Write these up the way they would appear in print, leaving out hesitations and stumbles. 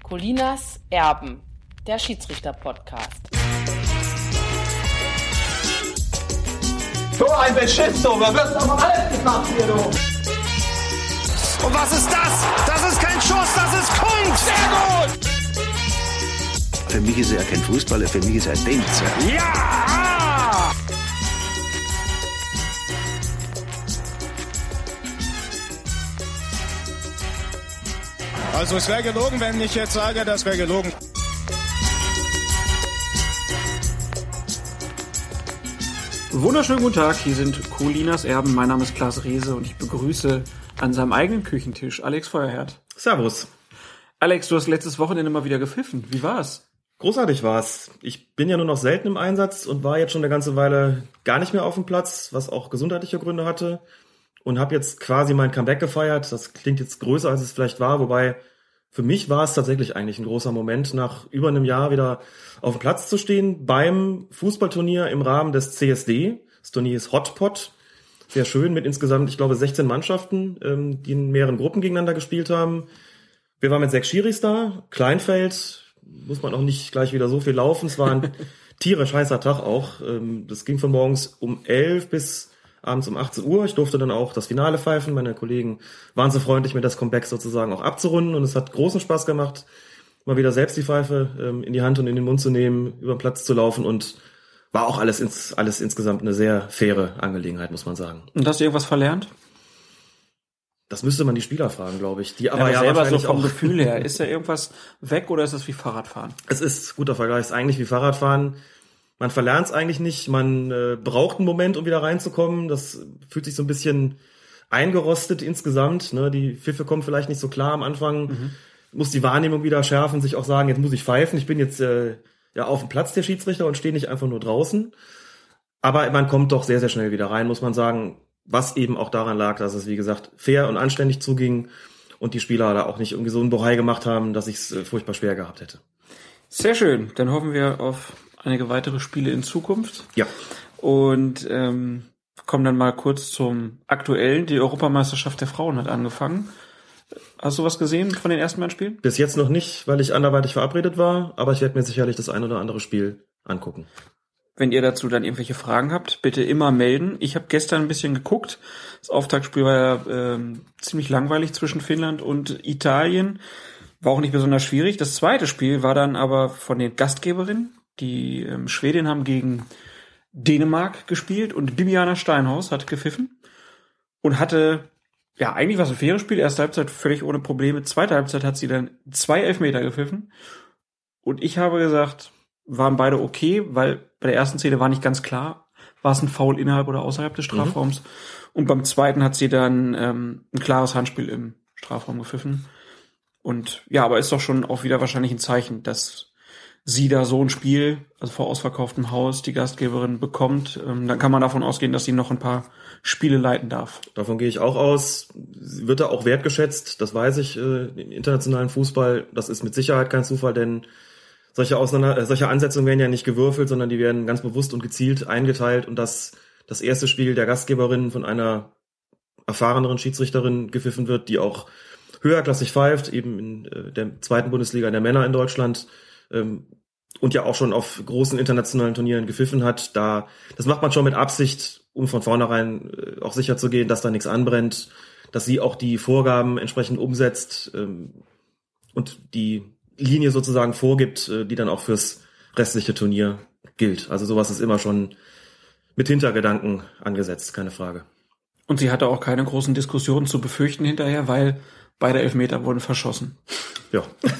Colinas Erben, der Schiedsrichter-Podcast. So ein Beschiss, du! Da wird doch alles gemacht hier, du! Und was ist das? Das ist kein Schuss, das ist Kunst! Sehr gut! Für mich ist er kein Fußballer, für mich ist er ein Tänzer. Ja! Also es wäre gelogen, wenn ich jetzt sage, das wäre gelogen. Wunderschönen guten Tag, hier sind Colinas Erben. Mein Name ist Klaas Rehse und ich begrüße an seinem eigenen Küchentisch Alex Feuerherd. Servus. Alex, du hast letztes Wochenende mal wieder gepfiffen. Wie war's? Großartig war's. Ich bin ja nur noch selten im Einsatz und war jetzt schon eine ganze Weile gar nicht mehr auf dem Platz, was auch gesundheitliche Gründe hatte. Und habe jetzt quasi mein Comeback gefeiert. Das klingt jetzt größer, als es vielleicht war, wobei für mich war es tatsächlich eigentlich ein großer Moment, nach über einem Jahr wieder auf dem Platz zu stehen beim Fußballturnier im Rahmen des CSD. Das Turnier ist Hotpot. Sehr schön, mit insgesamt, ich glaube, 16 Mannschaften, die in mehreren Gruppen gegeneinander gespielt haben. Wir waren mit 6 Schiris da. Kleinfeld, muss man auch nicht gleich wieder so viel laufen. Es war ein tierisch heißer Tag auch. Das ging von morgens um 11 bis abends um 18 Uhr. Ich durfte dann auch das Finale pfeifen. Meine Kollegen waren so freundlich, mir das Comeback sozusagen auch abzurunden. Und es hat großen Spaß gemacht, mal wieder selbst die Pfeife in die Hand und in den Mund zu nehmen, über den Platz zu laufen. Und war auch alles insgesamt eine sehr faire Angelegenheit, muss man sagen. Und hast du irgendwas verlernt? Das müsste man die Spieler fragen, glaube ich. Die aber ja selber so vom auch Gefühl her. Ist da irgendwas weg oder ist das wie Fahrradfahren? Es ist, guter Vergleich, ist eigentlich wie Fahrradfahren. Man verlernt es eigentlich nicht. Man braucht einen Moment, um wieder reinzukommen. Das fühlt sich so ein bisschen eingerostet insgesamt. Ne? Die Pfiffe kommen vielleicht nicht so klar am Anfang. Muss die Wahrnehmung wieder schärfen, sich auch sagen, jetzt muss ich pfeifen. Ich bin jetzt ja auf dem Platz der Schiedsrichter und stehe nicht einfach nur draußen. Aber man kommt doch sehr, sehr schnell wieder rein, muss man sagen. Was eben auch daran lag, dass es, wie gesagt, fair und anständig zuging und die Spieler da auch nicht irgendwie so einen Bohai gemacht haben, dass ich es furchtbar schwer gehabt hätte. Sehr schön. Dann hoffen wir auf einige weitere Spiele in Zukunft. Ja. Und kommen dann mal kurz zum Aktuellen. Die Europameisterschaft der Frauen hat angefangen. Hast du was gesehen von den ersten beiden Spielen? Bis jetzt noch nicht, weil ich anderweitig verabredet war, aber ich werde mir sicherlich das ein oder andere Spiel angucken. Wenn ihr dazu dann irgendwelche Fragen habt, bitte immer melden. Ich habe gestern ein bisschen geguckt. Das Auftaktspiel war ja ziemlich langweilig zwischen Finnland und Italien. War auch nicht besonders schwierig. Das zweite Spiel war dann aber von den Gastgeberinnen. Die Schwedinnen haben gegen Dänemark gespielt und Bibiana Steinhaus hat gepfiffen und hatte, ja, eigentlich war es ein faires Spiel. Erste Halbzeit völlig ohne Probleme. Zweite Halbzeit hat sie dann 2 Elfmeter gepfiffen. Und ich habe gesagt, waren beide okay, weil bei der ersten Szene war nicht ganz klar, war es ein Foul innerhalb oder außerhalb des Strafraums. Und beim zweiten hat sie dann ein klares Handspiel im Strafraum gepfiffen. Und ja, aber ist doch schon auch wieder wahrscheinlich ein Zeichen, dass sie da so ein Spiel, also vor ausverkauftem Haus, die Gastgeberin bekommt. Dann kann man davon ausgehen, dass sie noch ein paar Spiele leiten darf. Davon gehe ich auch aus. Sie wird da auch wertgeschätzt, das weiß ich, im internationalen Fußball. Das ist mit Sicherheit kein Zufall, denn solche Ansetzungen werden ja nicht gewürfelt, sondern die werden ganz bewusst und gezielt eingeteilt. Und dass das erste Spiel der Gastgeberin von einer erfahreneren Schiedsrichterin gepfiffen wird, die auch höherklassig pfeift, eben in der zweiten Bundesliga der Männer in Deutschland, und ja auch schon auf großen internationalen Turnieren gepfiffen hat, das macht man schon mit Absicht, um von vornherein auch sicher zu gehen, dass da nichts anbrennt, dass sie auch die Vorgaben entsprechend umsetzt und die Linie sozusagen vorgibt, die dann auch fürs restliche Turnier gilt. Also sowas ist immer schon mit Hintergedanken angesetzt, keine Frage. Und sie hatte auch keine großen Diskussionen zu befürchten hinterher, weil beide Elfmeter wurden verschossen. Ja.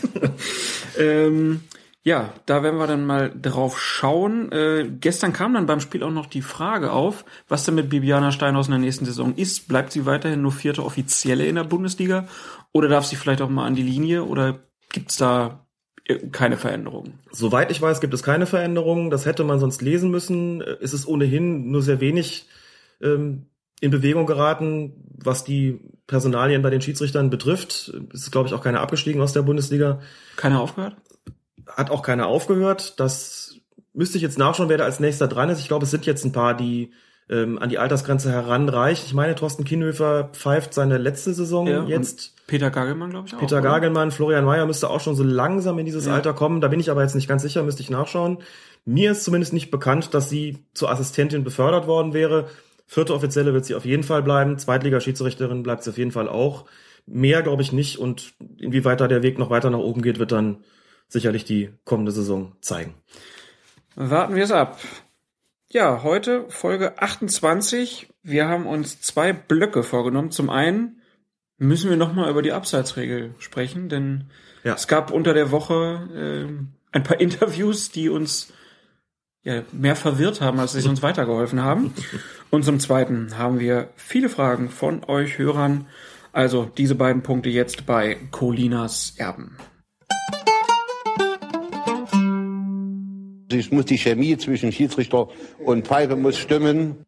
Ja, da werden wir dann mal drauf schauen. Gestern kam dann beim Spiel auch noch die Frage auf, was denn mit Bibiana Steinhaus in der nächsten Saison ist. Bleibt sie weiterhin nur 4. Offizielle in der Bundesliga oder darf sie vielleicht auch mal an die Linie oder gibt's da keine Veränderungen? Soweit ich weiß, gibt es keine Veränderungen. Das hätte man sonst lesen müssen. Es ist ohnehin nur sehr wenig in Bewegung geraten, was die Personalien bei den Schiedsrichtern betrifft. Es ist, glaube ich, auch keiner abgestiegen aus der Bundesliga. Keiner aufgehört? Hat auch keiner aufgehört. Das müsste ich jetzt nachschauen, wer da als nächster dran ist. Ich glaube, es sind jetzt ein paar, die an die Altersgrenze heranreicht. Ich meine, Thorsten Kienhöfer pfeift seine letzte Saison jetzt. Peter Gagelmann, glaube ich, auch. Peter Gagelmann, Florian Mayer müsste auch schon so langsam in dieses Alter kommen. Da bin ich aber jetzt nicht ganz sicher, müsste ich nachschauen. Mir ist zumindest nicht bekannt, dass sie zur Assistentin befördert worden wäre. 4. Offizielle wird sie auf jeden Fall bleiben. Zweitliga-Schiedsrichterin bleibt sie auf jeden Fall auch. Mehr glaube ich nicht. Und inwieweit da der Weg noch weiter nach oben geht, wird dann sicherlich die kommende Saison zeigen. Warten wir es ab. Ja, heute Folge 28. Wir haben uns 2 Blöcke vorgenommen. Zum einen müssen wir nochmal über die Abseitsregel sprechen, denn es gab unter der Woche ein paar Interviews, die uns mehr verwirrt haben, als sie uns weitergeholfen haben. Und zum zweiten haben wir viele Fragen von euch Hörern. Also diese beiden Punkte jetzt bei Colinas Erben. Es muss die Chemie zwischen Schiedsrichter und Pfeife muss stimmen.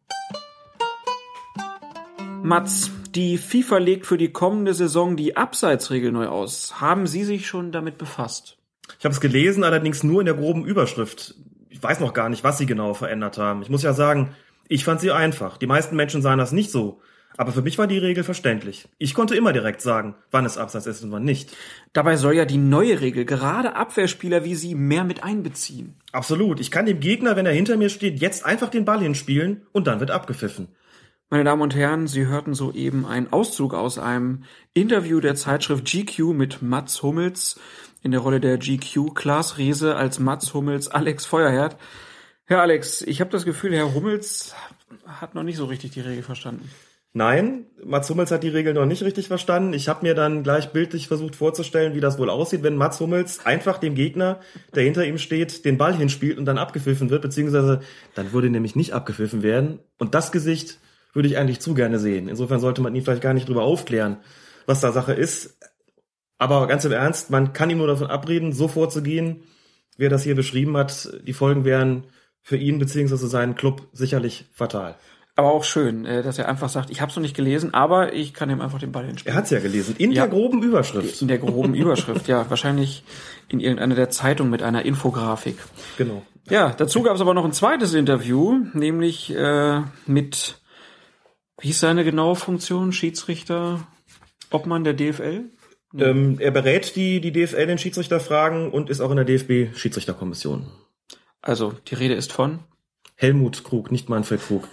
Mats, die FIFA legt für die kommende Saison die Abseitsregel neu aus. Haben Sie sich schon damit befasst? Ich habe es gelesen, allerdings nur in der groben Überschrift. Ich weiß noch gar nicht, was sie genau verändert haben. Ich muss ja sagen, ich fand sie einfach. Die meisten Menschen sahen das nicht so. Aber für mich war die Regel verständlich. Ich konnte immer direkt sagen, wann es Abseits ist und wann nicht. Dabei soll ja die neue Regel gerade Abwehrspieler wie Sie mehr mit einbeziehen. Absolut. Ich kann dem Gegner, wenn er hinter mir steht, jetzt einfach den Ball hinspielen und dann wird abgepfiffen. Meine Damen und Herren, Sie hörten soeben einen Auszug aus einem Interview der Zeitschrift GQ mit Mats Hummels. In der Rolle der GQ Klaas Reese als Mats Hummels Alex Feuerherd. Herr Alex, ich habe das Gefühl, Herr Hummels hat noch nicht so richtig die Regel verstanden. Nein, Mats Hummels hat die Regel noch nicht richtig verstanden. Ich habe mir dann gleich bildlich versucht vorzustellen, wie das wohl aussieht, wenn Mats Hummels einfach dem Gegner, der hinter ihm steht, den Ball hinspielt und dann abgepfiffen wird, beziehungsweise dann würde nämlich nicht abgepfiffen werden. Und das Gesicht würde ich eigentlich zu gerne sehen. Insofern sollte man ihn vielleicht gar nicht drüber aufklären, was da Sache ist. Aber ganz im Ernst, man kann ihm nur davon abreden, so vorzugehen, wie er das hier beschrieben hat. Die Folgen wären für ihn beziehungsweise seinen Club sicherlich fatal. Aber auch schön, dass er einfach sagt, ich habe es noch nicht gelesen, aber ich kann ihm einfach den Ball hinspielen. Er hat es ja gelesen, in der groben Überschrift. In der groben Überschrift, ja. Wahrscheinlich in irgendeiner der Zeitungen mit einer Infografik. Genau. Ja, dazu gab es aber noch ein zweites Interview, nämlich mit, wie ist seine genaue Funktion? Schiedsrichter, Obmann der DFL? Er berät die DFL in Schiedsrichterfragen und ist auch in der DFB-Schiedsrichterkommission. Also, die Rede ist von? Helmut Krug, nicht Manfred Krug.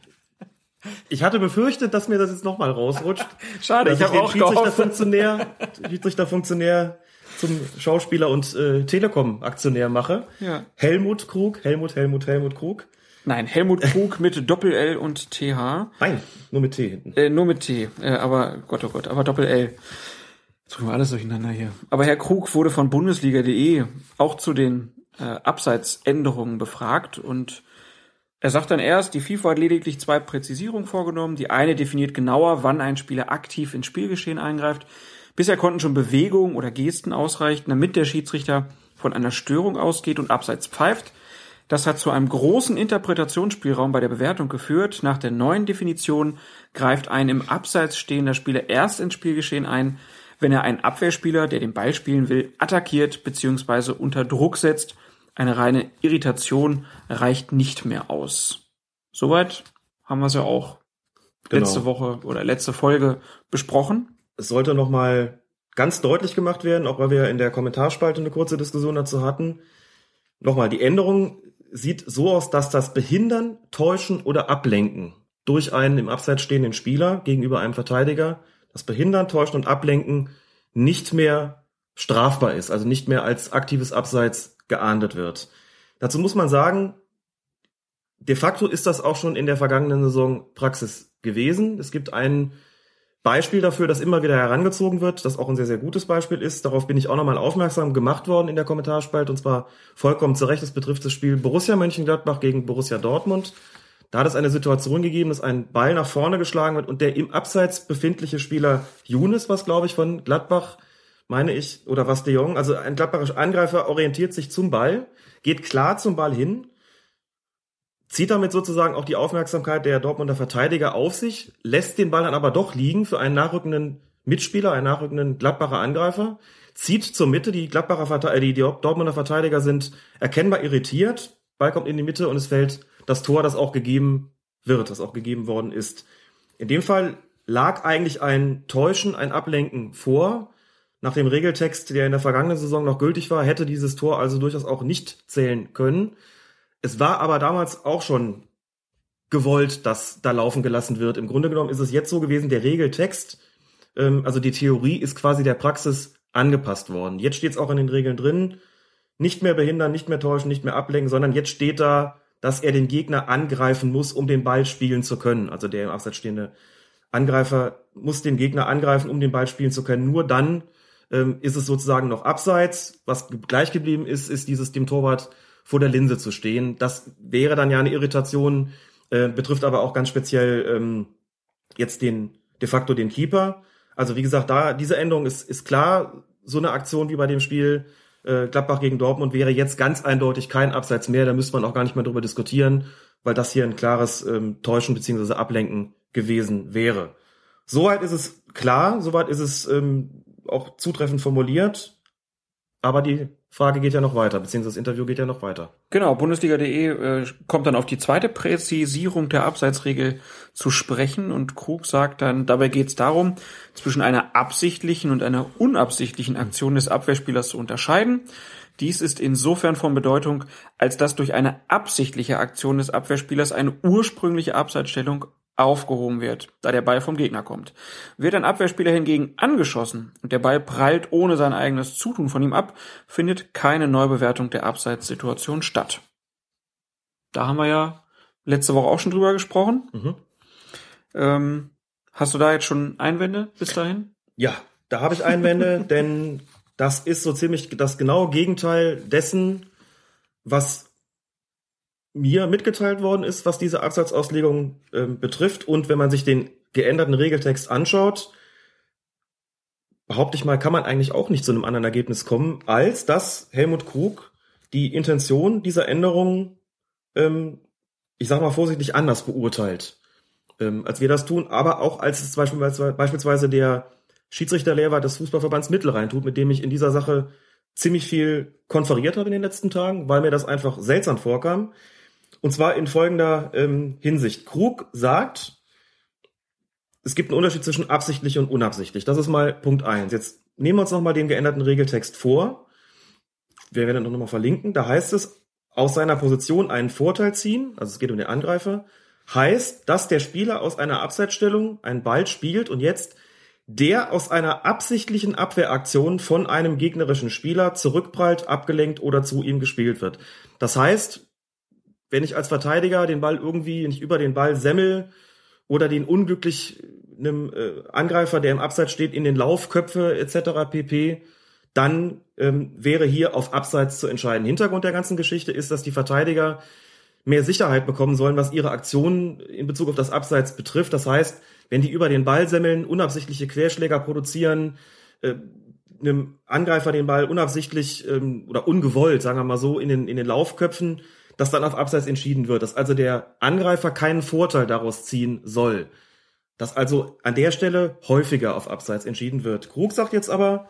Ich hatte befürchtet, dass mir das jetzt nochmal rausrutscht. Schade, ich habe auch Schiedsrichterfunktionär zum Schauspieler und Telekom-Aktionär mache. Ja. Helmut Krug, Helmut Krug. Nein, Helmut Krug mit Doppel-L und TH. Nein, nur mit T hinten. Nur mit T, aber Gott, oh Gott, aber Doppel-L. Jetzt bringen wir alles durcheinander hier. Aber Herr Krug wurde von Bundesliga.de auch zu den Abseitsänderungen befragt und er sagt dann erst, die FIFA hat lediglich 2 Präzisierungen vorgenommen. Die eine definiert genauer, wann ein Spieler aktiv ins Spielgeschehen eingreift. Bisher konnten schon Bewegungen oder Gesten ausreichen, damit der Schiedsrichter von einer Störung ausgeht und Abseits pfeift. Das hat zu einem großen Interpretationsspielraum bei der Bewertung geführt. Nach der neuen Definition greift ein im Abseits stehender Spieler erst ins Spielgeschehen ein, wenn er einen Abwehrspieler, der den Ball spielen will, attackiert bzw. unter Druck setzt. Eine reine Irritation reicht nicht mehr aus. Soweit haben wir es ja auch letzte Woche oder letzte Folge besprochen. Es sollte nochmal ganz deutlich gemacht werden, auch weil wir in der Kommentarspalte eine kurze Diskussion dazu hatten. Nochmal, die Änderung sieht so aus, dass das Behindern, Täuschen oder Ablenken durch einen im Abseits stehenden Spieler gegenüber einem Verteidiger, das Behindern, Täuschen und Ablenken nicht mehr strafbar ist, also nicht mehr als aktives Abseits geahndet wird. Dazu muss man sagen, de facto ist das auch schon in der vergangenen Saison Praxis gewesen. Es gibt ein Beispiel dafür, das immer wieder herangezogen wird, das auch ein sehr, sehr gutes Beispiel ist. Darauf bin ich auch nochmal aufmerksam gemacht worden in der Kommentarspalte und zwar vollkommen zu Recht. Es betrifft das Spiel Borussia Mönchengladbach gegen Borussia Dortmund. Da hat es eine Situation gegeben, dass ein Ball nach vorne geschlagen wird und der im Abseits befindliche Spieler Younes, was glaube ich von Gladbach, meine ich, oder was de Jong, also ein Gladbacher Angreifer orientiert sich zum Ball, geht klar zum Ball hin, zieht damit sozusagen auch die Aufmerksamkeit der Dortmunder Verteidiger auf sich, lässt den Ball dann aber doch liegen für einen nachrückenden Mitspieler, einen nachrückenden Gladbacher Angreifer, zieht zur Mitte, die Dortmunder Verteidiger sind erkennbar irritiert, Ball kommt in die Mitte und es fällt das Tor, das auch gegeben wird, was auch gegeben worden ist. In dem Fall lag eigentlich ein Täuschen, ein Ablenken vor. Nach dem Regeltext, der in der vergangenen Saison noch gültig war, hätte dieses Tor also durchaus auch nicht zählen können. Es war aber damals auch schon gewollt, dass da laufen gelassen wird. Im Grunde genommen ist es jetzt so gewesen, der Regeltext, also die Theorie ist quasi der Praxis angepasst worden. Jetzt steht es auch in den Regeln drin, nicht mehr behindern, nicht mehr täuschen, nicht mehr ablenken, sondern jetzt steht da, dass er den Gegner angreifen muss, um den Ball spielen zu können. Also der im Abseits stehende Angreifer muss den Gegner angreifen, um den Ball spielen zu können. Nur dann ist es sozusagen noch Abseits. Was gleich geblieben ist, ist dieses dem Torwart vor der Linse zu stehen. Das wäre dann ja eine Irritation, betrifft aber auch ganz speziell jetzt de facto den Keeper. Also wie gesagt, da diese Änderung ist klar, so eine Aktion wie bei dem Spiel Gladbach gegen Dortmund wäre jetzt ganz eindeutig kein Abseits mehr. Da müsste man auch gar nicht mehr drüber diskutieren, weil das hier ein klares Täuschen bzw. Ablenken gewesen wäre. Soweit ist es klar, soweit ist es auch zutreffend formuliert, aber die Frage geht ja noch weiter, beziehungsweise das Interview geht ja noch weiter. Genau, Bundesliga.de kommt dann auf die zweite Präzisierung der Abseitsregel zu sprechen und Krug sagt dann, dabei geht es darum, zwischen einer absichtlichen und einer unabsichtlichen Aktion des Abwehrspielers zu unterscheiden. Dies ist insofern von Bedeutung, als dass durch eine absichtliche Aktion des Abwehrspielers eine ursprüngliche Abseitsstellung aufgehoben wird, da der Ball vom Gegner kommt. Wird ein Abwehrspieler hingegen angeschossen und der Ball prallt ohne sein eigenes Zutun von ihm ab, findet keine Neubewertung der Abseitssituation statt. Da haben wir ja letzte Woche auch schon drüber gesprochen. Hast du da jetzt schon Einwände bis dahin? Ja, da habe ich Einwände, denn das ist so ziemlich das genaue Gegenteil dessen, was mir mitgeteilt worden ist, was diese Abseitsauslegung betrifft. Und wenn man sich den geänderten Regeltext anschaut, behaupte ich mal, kann man eigentlich auch nicht zu einem anderen Ergebnis kommen, als dass Helmut Krug die Intention dieser Änderung, ich sag mal vorsichtig, anders beurteilt, als wir das tun, aber auch als es beispielsweise der Schiedsrichterlehrer des Fußballverbands Mittelrhein tut, mit dem ich in dieser Sache ziemlich viel konferiert habe in den letzten Tagen, weil mir das einfach seltsam vorkam. Und zwar in folgender Hinsicht. Krug sagt, es gibt einen Unterschied zwischen absichtlich und unabsichtlich. Das ist mal Punkt 1. Jetzt nehmen wir uns nochmal den geänderten Regeltext vor. Wir werden dann nochmal verlinken. Da heißt es, aus seiner Position einen Vorteil ziehen, also es geht um den Angreifer, heißt, dass der Spieler aus einer Abseitsstellung einen Ball spielt und jetzt der aus einer absichtlichen Abwehraktion von einem gegnerischen Spieler zurückprallt, abgelenkt oder zu ihm gespielt wird. Das heißt, wenn ich als Verteidiger den Ball irgendwie nicht über den Ball semmel oder den unglücklich einem Angreifer, der im Abseits steht, in den Lauf köpfe etc. pp., dann wäre hier auf Abseits zu entscheiden. Hintergrund der ganzen Geschichte ist, dass die Verteidiger mehr Sicherheit bekommen sollen, was ihre Aktionen in Bezug auf das Abseits betrifft. Das heißt, wenn die über den Ball semmeln, unabsichtliche Querschläger produzieren, einem Angreifer den Ball unabsichtlich oder ungewollt, sagen wir mal so, in den Lauf köpfen, dass dann auf Abseits entschieden wird, dass also der Angreifer keinen Vorteil daraus ziehen soll. Dass also an der Stelle häufiger auf Abseits entschieden wird. Krug sagt jetzt aber,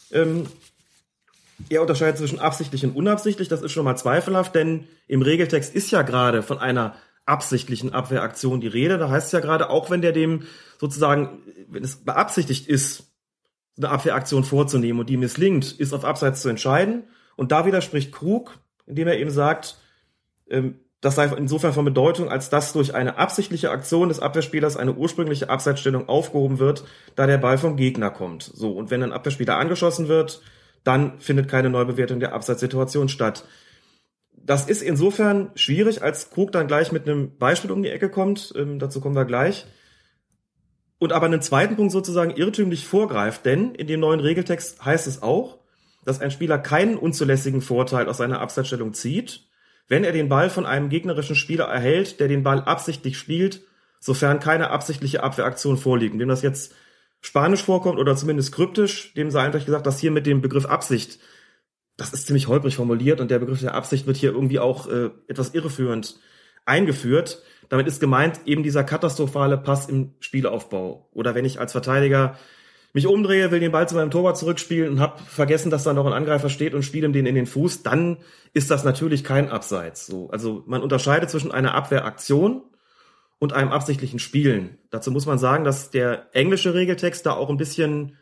er unterscheidet zwischen absichtlich und unabsichtlich. Das ist schon mal zweifelhaft, denn im Regeltext ist ja gerade von einer absichtlichen Abwehraktion die Rede. Da heißt es ja gerade, auch wenn der dem sozusagen, wenn es beabsichtigt ist, eine Abwehraktion vorzunehmen und die misslingt, ist auf Abseits zu entscheiden. Und da widerspricht Krug, indem er eben sagt, das sei insofern von Bedeutung, als dass durch eine absichtliche Aktion des Abwehrspielers eine ursprüngliche Abseitsstellung aufgehoben wird, da der Ball vom Gegner kommt. So, und wenn ein Abwehrspieler angeschossen wird, dann findet keine Neubewertung der Abseitssituation statt. Das ist insofern schwierig, als Krug dann gleich mit einem Beispiel um die Ecke kommt, dazu kommen wir gleich, und aber einen zweiten Punkt sozusagen irrtümlich vorgreift, denn in dem neuen Regeltext heißt es auch, dass ein Spieler keinen unzulässigen Vorteil aus seiner Abseitsstellung zieht, wenn er den Ball von einem gegnerischen Spieler erhält, der den Ball absichtlich spielt, sofern keine absichtliche Abwehraktion vorliegt. Wem das jetzt Spanisch vorkommt oder zumindest kryptisch, dem sei einfach gesagt, dass hier mit dem Begriff Absicht, das ist ziemlich holprig formuliert und der Begriff der Absicht wird hier irgendwie auch etwas irreführend eingeführt. Damit ist gemeint eben dieser katastrophale Pass im Spielaufbau. Oder wenn ich als Verteidiger mich umdrehe, will den Ball zu meinem Torwart zurückspielen und habe vergessen, dass da noch ein Angreifer steht und spiele ihm den in den Fuß, dann ist das natürlich kein Abseits. So, also man unterscheidet zwischen einer Abwehraktion und einem absichtlichen Spielen. Dazu muss man sagen, dass der englische Regeltext da auch ein bisschen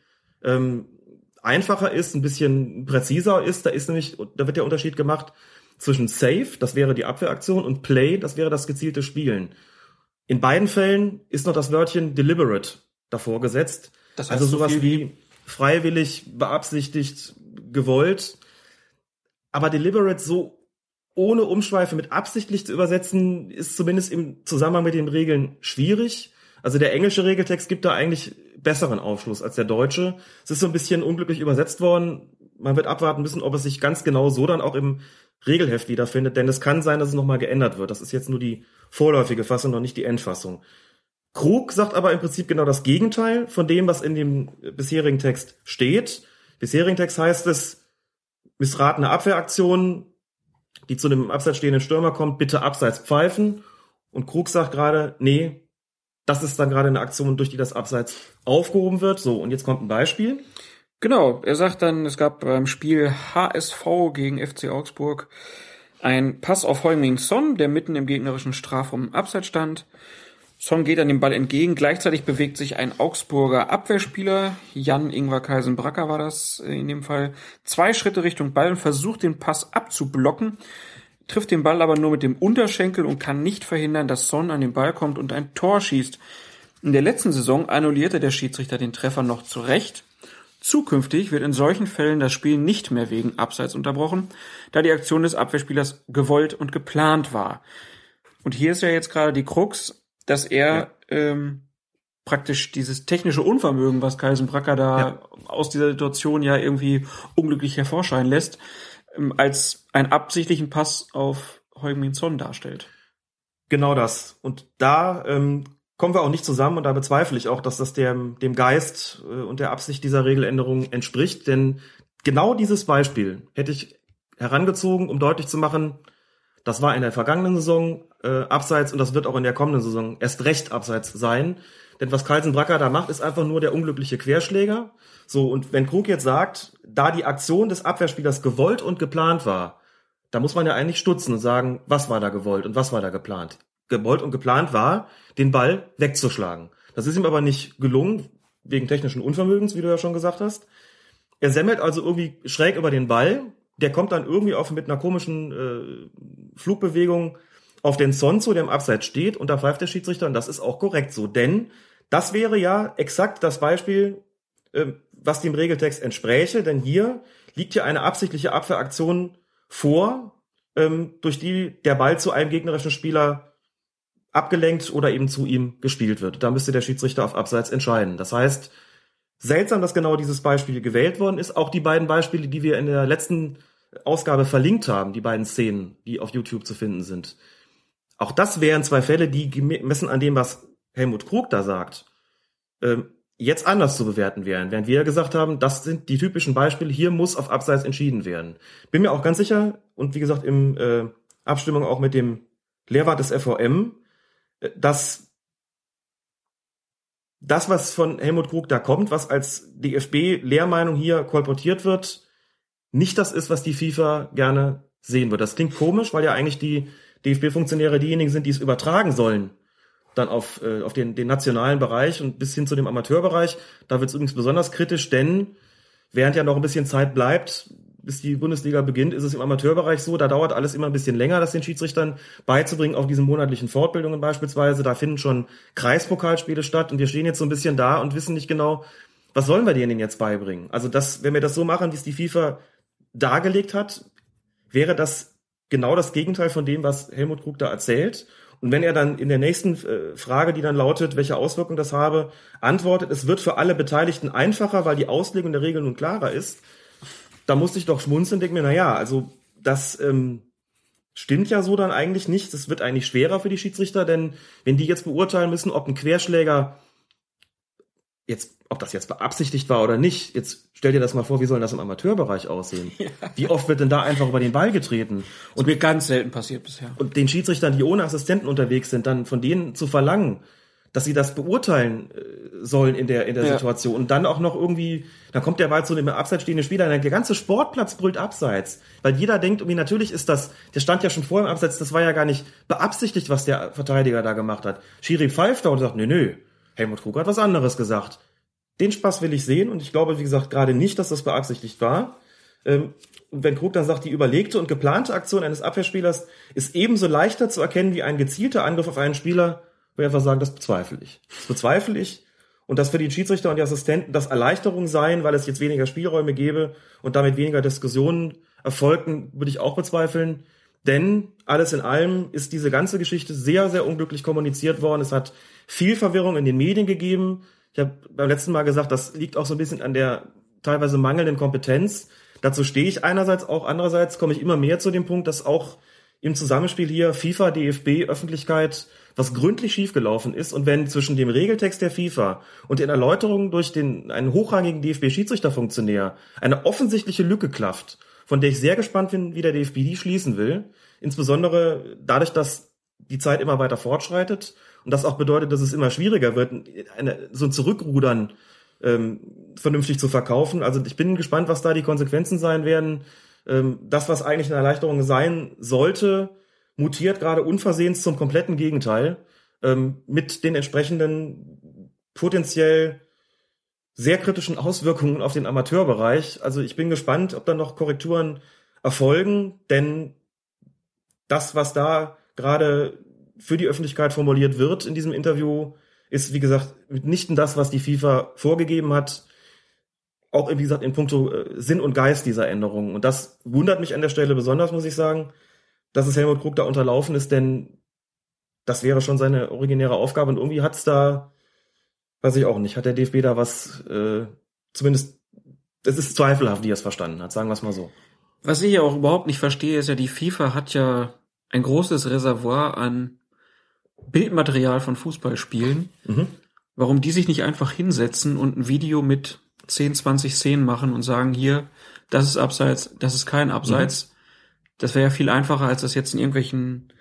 einfacher ist, ein bisschen präziser ist. Da wird der Unterschied gemacht zwischen Save, das wäre die Abwehraktion, und Play, das wäre das gezielte Spielen. In beiden Fällen ist noch das Wörtchen deliberate davor gesetzt. Das heißt also sowas wie freiwillig, beabsichtigt, gewollt. Aber deliberate so ohne Umschweife mit absichtlich zu übersetzen, ist zumindest im Zusammenhang mit den Regeln schwierig. Also der englische Regeltext gibt da eigentlich besseren Aufschluss als der deutsche. Es ist so ein bisschen unglücklich übersetzt worden. Man wird abwarten müssen, ob es sich ganz genau so dann auch im Regelheft wiederfindet, denn es kann sein, dass es nochmal geändert wird. Das ist jetzt nur die vorläufige Fassung, noch nicht die Endfassung. Krug sagt aber im Prinzip genau das Gegenteil von dem, was in dem bisherigen Text steht. Im bisherigen Text heißt es, missratene Abwehraktion, die zu einem abseits stehenden Stürmer kommt, bitte abseits pfeifen. Und Krug sagt gerade, nee, das ist dann gerade eine Aktion, durch die das Abseits aufgehoben wird. So, und jetzt kommt ein Beispiel. Genau, er sagt dann, es gab beim Spiel HSV gegen FC Augsburg ein Pass auf Heung-min Son, der mitten im gegnerischen Strafraum im Abseits stand. Son geht an dem Ball entgegen, gleichzeitig bewegt sich ein Augsburger Abwehrspieler, Jan-Ingvar Kaisenbracker war das in dem Fall, 2 Schritte Richtung Ball und versucht den Pass abzublocken, trifft den Ball aber nur mit dem Unterschenkel und kann nicht verhindern, dass Son an den Ball kommt und ein Tor schießt. In der letzten Saison annullierte der Schiedsrichter den Treffer noch zurecht. Zukünftig wird in solchen Fällen das Spiel nicht mehr wegen Abseits unterbrochen, da die Aktion des Abwehrspielers gewollt und geplant war. Und hier ist ja jetzt gerade die Krux, dass er praktisch dieses technische Unvermögen, was Kaisenbracker da aus dieser Situation ja irgendwie unglücklich hervorscheinen lässt, als einen absichtlichen Pass auf Heung-min Son darstellt. Genau das. Und da kommen wir auch nicht zusammen, und da bezweifle ich auch, dass das dem Geist und der Absicht dieser Regeländerung entspricht. Denn genau dieses Beispiel hätte ich herangezogen, um deutlich zu machen, das war in der vergangenen Saison abseits und das wird auch in der kommenden Saison erst recht abseits sein. Denn was Kaisenbracker da macht, ist einfach nur der unglückliche Querschläger. So, und wenn Krug jetzt sagt, da die Aktion des Abwehrspielers gewollt und geplant war, da muss man ja eigentlich stutzen und sagen, was war da gewollt und was war da geplant. Gewollt und geplant war, den Ball wegzuschlagen. Das ist ihm aber nicht gelungen, wegen technischen Unvermögens, wie du ja schon gesagt hast. Er semmelt also irgendwie schräg über den Ball, der kommt dann irgendwie auch mit einer komischen Flugbewegung auf den Son zu, der im Abseits steht, und da pfeift der Schiedsrichter, und das ist auch korrekt so, denn das wäre ja exakt das Beispiel, was dem Regeltext entspräche, denn hier liegt ja eine absichtliche Abwehraktion vor, durch die der Ball zu einem gegnerischen Spieler abgelenkt oder eben zu ihm gespielt wird. Da müsste der Schiedsrichter auf Abseits entscheiden. Das heißt, seltsam, dass genau dieses Beispiel gewählt worden ist. Auch die beiden Beispiele, die wir in der letzten Ausgabe verlinkt haben, die beiden Szenen, die auf YouTube zu finden sind. Auch das wären 2 Fälle, die gemessen an dem, was Helmut Krug da sagt, jetzt anders zu bewerten wären. Während wir gesagt haben, das sind die typischen Beispiele, hier muss auf Abseits entschieden werden. Bin mir auch ganz sicher, und wie gesagt, in Abstimmung auch mit dem Lehrwart des FVM, dass das, was von Helmut Krug da kommt, was als DFB-Lehrmeinung hier kolportiert wird, nicht das ist, was die FIFA gerne sehen wird. Das klingt komisch, weil ja eigentlich die DFB-Funktionäre diejenigen sind, die es übertragen sollen, dann auf den nationalen Bereich und bis hin zu dem Amateurbereich. Da wird es übrigens besonders kritisch, denn während ja noch ein bisschen Zeit bleibt, bis die Bundesliga beginnt, ist es im Amateurbereich so, da dauert alles immer ein bisschen länger, das den Schiedsrichtern beizubringen, auf diesen monatlichen Fortbildungen beispielsweise. Da finden schon Kreispokalspiele statt und wir stehen jetzt so ein bisschen da und wissen nicht genau, was sollen wir denen jetzt beibringen? Also wenn wir das so machen, wie es die FIFA dargelegt hat, wäre das genau das Gegenteil von dem, was Helmut Krug da erzählt. Und wenn er dann in der nächsten Frage, die dann lautet, welche Auswirkungen das habe, antwortet, es wird für alle Beteiligten einfacher, weil die Auslegung der Regeln nun klarer ist, da musste ich doch schmunzeln und denke mir, naja, also das stimmt ja so dann eigentlich nicht. Das wird eigentlich schwerer für die Schiedsrichter, denn wenn die jetzt beurteilen müssen, ob ein Querschläger ob das jetzt beabsichtigt war oder nicht, jetzt stell dir das mal vor, wie soll das im Amateurbereich aussehen? Ja. Wie oft wird denn da einfach über den Ball getreten? Und mir ganz selten passiert bisher. Und den Schiedsrichtern, die ohne Assistenten unterwegs sind, dann von denen zu verlangen, dass sie das beurteilen sollen in der Situation. Und dann auch noch irgendwie, da kommt der Ball zu dem abseits stehenden Spieler, der ganze Sportplatz brüllt abseits. Weil jeder denkt, irgendwie natürlich ist das, der stand ja schon vorher im Abseits, das war ja gar nicht beabsichtigt, was der Verteidiger da gemacht hat. Schiri pfeift da und sagt, nö, Helmut Krug hat was anderes gesagt. Den Spaß will ich sehen und ich glaube, wie gesagt, gerade nicht, dass das beabsichtigt war. Und wenn Krug dann sagt, die überlegte und geplante Aktion eines Abwehrspielers ist ebenso leichter zu erkennen wie ein gezielter Angriff auf einen Spieler, würde ich einfach sagen, das bezweifle ich. Das bezweifle ich. Und dass für die Schiedsrichter und die Assistenten das Erleichterung seien, weil es jetzt weniger Spielräume gäbe und damit weniger Diskussionen erfolgten, würde ich auch bezweifeln. Denn alles in allem ist diese ganze Geschichte sehr, sehr unglücklich kommuniziert worden. Es hat viel Verwirrung in den Medien gegeben. Ich habe beim letzten Mal gesagt, das liegt auch so ein bisschen an der teilweise mangelnden Kompetenz. Dazu stehe ich einerseits, auch andererseits komme ich immer mehr zu dem Punkt, dass auch im Zusammenspiel hier FIFA, DFB, Öffentlichkeit was gründlich schiefgelaufen ist. Und wenn zwischen dem Regeltext der FIFA und den Erläuterungen durch einen hochrangigen DFB-Schiedsrichterfunktionär eine offensichtliche Lücke klafft, von der ich sehr gespannt bin, wie der DFB die schließen will. Insbesondere dadurch, dass die Zeit immer weiter fortschreitet und das auch bedeutet, dass es immer schwieriger wird, so ein Zurückrudern vernünftig zu verkaufen. Also ich bin gespannt, was da die Konsequenzen sein werden. Das, was eigentlich eine Erleichterung sein sollte, mutiert gerade unversehens zum kompletten Gegenteil, mit den entsprechenden potenziell sehr kritischen Auswirkungen auf den Amateurbereich. Also ich bin gespannt, ob da noch Korrekturen erfolgen, denn das, was da gerade für die Öffentlichkeit formuliert wird in diesem Interview, ist, wie gesagt, mitnichten das, was die FIFA vorgegeben hat, auch, wie gesagt, in puncto Sinn und Geist dieser Änderungen. Und das wundert mich an der Stelle besonders, muss ich sagen, dass es Helmut Krug da unterlaufen ist, denn das wäre schon seine originäre Aufgabe und irgendwie hat's da, weiß ich auch nicht, hat der DFB da was, zumindest, es ist zweifelhaft, wie er es verstanden hat, sagen wir es mal so. Was ich ja auch überhaupt nicht verstehe, ist ja, die FIFA hat ja ein großes Reservoir an Bildmaterial von Fußballspielen. Mhm. Warum die sich nicht einfach hinsetzen und ein Video mit 10, 20 Szenen machen und sagen, hier, das ist Abseits, das ist kein Abseits. Mhm. Das wäre ja viel einfacher, als das jetzt in irgendwelchen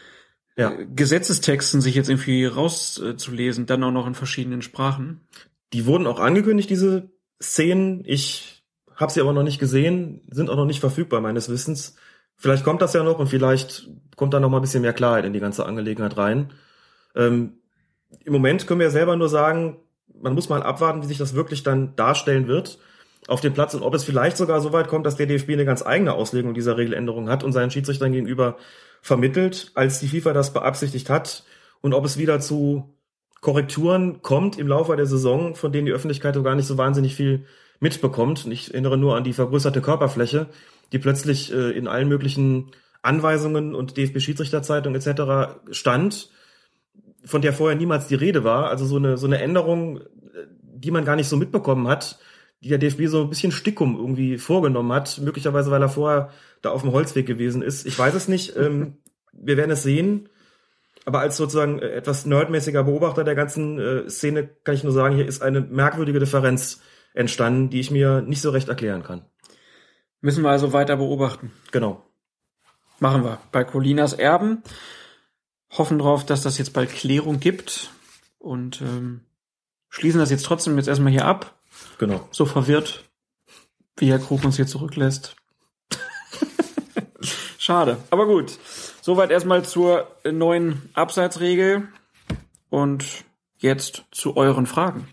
Gesetzestexten sich jetzt irgendwie rauszulesen, dann auch noch in verschiedenen Sprachen. Die wurden auch angekündigt, diese Szenen. Ich habe sie aber noch nicht gesehen, sind auch noch nicht verfügbar, meines Wissens. Vielleicht kommt das ja noch und vielleicht kommt da noch mal ein bisschen mehr Klarheit in die ganze Angelegenheit rein. Im Moment können wir selber nur sagen, man muss mal abwarten, wie sich das wirklich dann darstellen wird auf dem Platz und ob es vielleicht sogar so weit kommt, dass der DFB eine ganz eigene Auslegung dieser Regeländerung hat und seinen Schiedsrichtern gegenüber vermittelt, als die FIFA das beabsichtigt hat, und ob es wieder zu Korrekturen kommt im Laufe der Saison, von denen die Öffentlichkeit gar nicht so wahnsinnig viel mitbekommt. Und ich erinnere nur an die vergrößerte Körperfläche, die plötzlich in allen möglichen Anweisungen und DFB-Schiedsrichterzeitung etc. stand, von der vorher niemals die Rede war. Also so eine Änderung, die man gar nicht so mitbekommen hat, die der DFB so ein bisschen Stickum irgendwie vorgenommen hat, möglicherweise, weil er vorher da auf dem Holzweg gewesen ist. Ich weiß es nicht, wir werden es sehen, aber als sozusagen etwas nerdmäßiger Beobachter der ganzen Szene kann ich nur sagen, hier ist eine merkwürdige Differenz entstanden, die ich mir nicht so recht erklären kann. Müssen wir also weiter beobachten. Genau. Machen wir. Bei Colinas Erben. Hoffen drauf, dass das jetzt bald Klärung gibt und schließen das jetzt trotzdem erstmal hier ab. Genau. So verwirrt, wie Herr Krug uns hier zurücklässt. Schade, aber gut. Soweit erstmal zur neuen Abseitsregel und jetzt zu euren Fragen.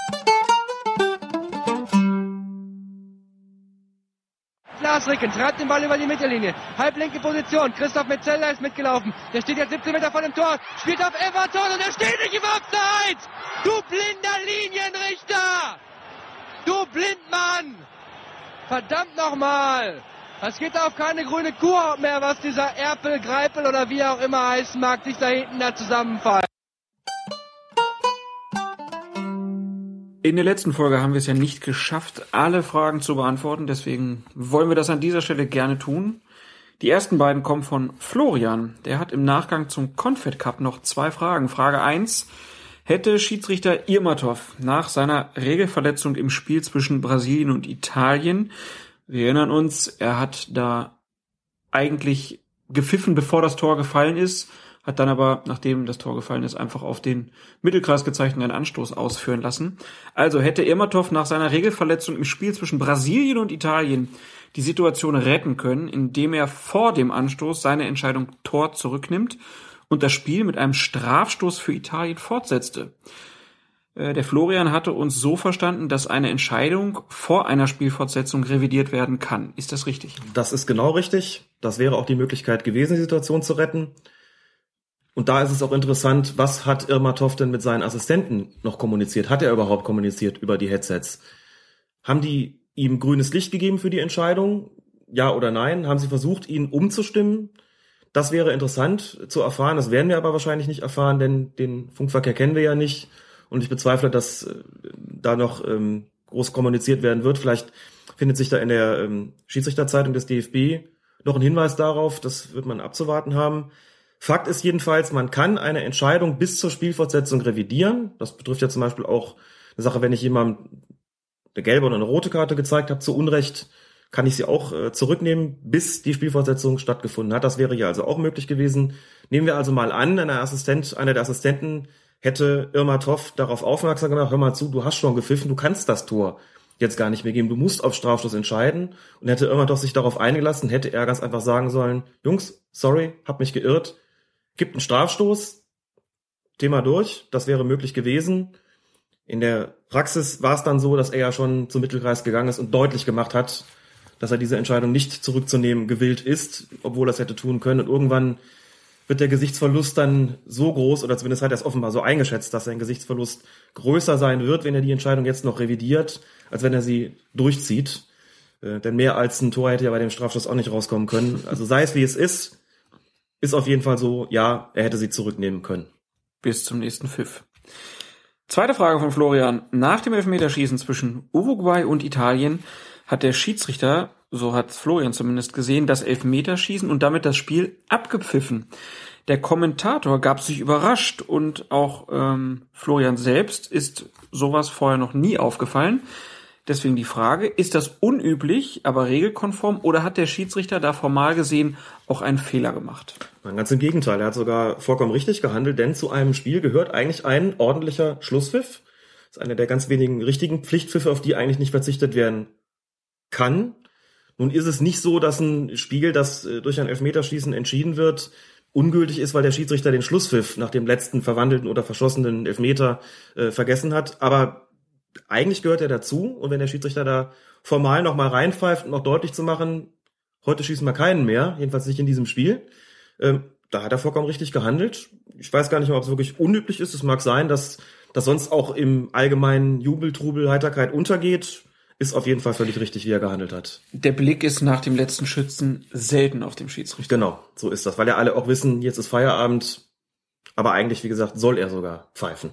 Lars Ricken treibt den Ball über die Mittellinie. Halblinke Position. Christoph Metzeler ist mitgelaufen. Der steht jetzt 17 Meter vor dem Tor. Spielt auf Everton und er steht nicht im Abseits. Du blinder Linienrichter. Du Blindmann. Verdammt nochmal. Das geht auf keine grüne Kuhhaut mehr, was dieser Erpel, Greipel oder wie er auch immer heißen mag, sich da hinten da zusammenfallen. In der letzten Folge haben wir es ja nicht geschafft, alle Fragen zu beantworten, deswegen wollen wir das an dieser Stelle gerne tun. Die ersten beiden kommen von Florian. Der hat im Nachgang zum Confed Cup noch 2 Fragen. Frage 1. Hätte Schiedsrichter Irmatov nach seiner Regelverletzung im Spiel zwischen Brasilien und Italien, wir erinnern uns, er hat da eigentlich gepfiffen, bevor das Tor gefallen ist, hat dann aber, nachdem das Tor gefallen ist, einfach auf den Mittelkreis gezeichneten Anstoß ausführen lassen. Also hätte Irmatov nach seiner Regelverletzung im Spiel zwischen Brasilien und Italien die Situation retten können, indem er vor dem Anstoß seine Entscheidung Tor zurücknimmt und das Spiel mit einem Strafstoß für Italien fortsetzte. Der Florian hatte uns so verstanden, dass eine Entscheidung vor einer Spielfortsetzung revidiert werden kann. Ist das richtig? Das ist genau richtig. Das wäre auch die Möglichkeit gewesen, die Situation zu retten. Und da ist es auch interessant, was hat Irmatov denn mit seinen Assistenten noch kommuniziert? Hat er überhaupt kommuniziert über die Headsets? Haben die ihm grünes Licht gegeben für die Entscheidung? Ja oder nein? Haben sie versucht, ihn umzustimmen? Das wäre interessant zu erfahren. Das werden wir aber wahrscheinlich nicht erfahren, denn den Funkverkehr kennen wir ja nicht. Und ich bezweifle, dass da noch groß kommuniziert werden wird. Vielleicht findet sich da in der Schiedsrichterzeitung des DFB noch ein Hinweis darauf. Das wird man abzuwarten haben. Fakt ist jedenfalls, man kann eine Entscheidung bis zur Spielfortsetzung revidieren. Das betrifft ja zum Beispiel auch eine Sache, wenn ich jemandem eine gelbe oder eine rote Karte gezeigt habe zu Unrecht, kann ich sie auch zurücknehmen, bis die Spielfortsetzung stattgefunden hat. Das wäre ja also auch möglich gewesen. Nehmen wir also mal an, einer der Assistenten hätte Irmatov darauf aufmerksam gemacht, hör mal zu, du hast schon gepfiffen, du kannst das Tor jetzt gar nicht mehr geben, du musst auf Strafstoß entscheiden. Und hätte Irmatov sich darauf eingelassen, hätte er ganz einfach sagen sollen, Jungs, sorry, hab mich geirrt, gibt einen Strafstoß, Thema durch, das wäre möglich gewesen. In der Praxis war es dann so, dass er ja schon zum Mittelkreis gegangen ist und deutlich gemacht hat, dass er diese Entscheidung nicht zurückzunehmen gewillt ist, obwohl er es hätte tun können. Und irgendwann wird der Gesichtsverlust dann so groß, oder zumindest hat er es offenbar so eingeschätzt, dass sein Gesichtsverlust größer sein wird, wenn er die Entscheidung jetzt noch revidiert, als wenn er sie durchzieht. Denn mehr als ein Tor hätte ja bei dem Strafstoß auch nicht rauskommen können. Also sei es wie es ist auf jeden Fall so, ja, er hätte sie zurücknehmen können. Bis zum nächsten Pfiff. Zweite Frage von Florian. Nach dem Elfmeterschießen zwischen Uruguay und Italien hat der Schiedsrichter, so hat Florian zumindest gesehen, das Elfmeterschießen und damit das Spiel abgepfiffen. Der Kommentator gab sich überrascht und auch Florian selbst ist sowas vorher noch nie aufgefallen. Deswegen die Frage, ist das unüblich, aber regelkonform oder hat der Schiedsrichter da formal gesehen auch einen Fehler gemacht? Ganz im Gegenteil, er hat sogar vollkommen richtig gehandelt, denn zu einem Spiel gehört eigentlich ein ordentlicher Schlusspfiff. Das ist einer der ganz wenigen richtigen Pflichtpfiffe, auf die eigentlich nicht verzichtet werden kann. Nun ist es nicht so, dass ein Spiel, das durch ein Elfmeterschießen entschieden wird, ungültig ist, weil der Schiedsrichter den Schlusspfiff nach dem letzten verwandelten oder verschossenen Elfmeter vergessen hat. Aber eigentlich gehört er dazu. Und wenn der Schiedsrichter da formal nochmal reinpfeift, um noch deutlich zu machen, heute schießen wir keinen mehr, jedenfalls nicht in diesem Spiel, da hat er vollkommen richtig gehandelt. Ich weiß gar nicht mehr, ob es wirklich unüblich ist. Es mag sein, dass das sonst auch im allgemeinen Jubel, Trubel, Heiterkeit untergeht. Ist auf jeden Fall völlig richtig, wie er gehandelt hat. Der Blick ist nach dem letzten Schützen selten auf dem Schiedsrichter. Genau, so ist das, weil ja alle auch wissen, jetzt ist Feierabend. Aber eigentlich, wie gesagt, soll er sogar pfeifen.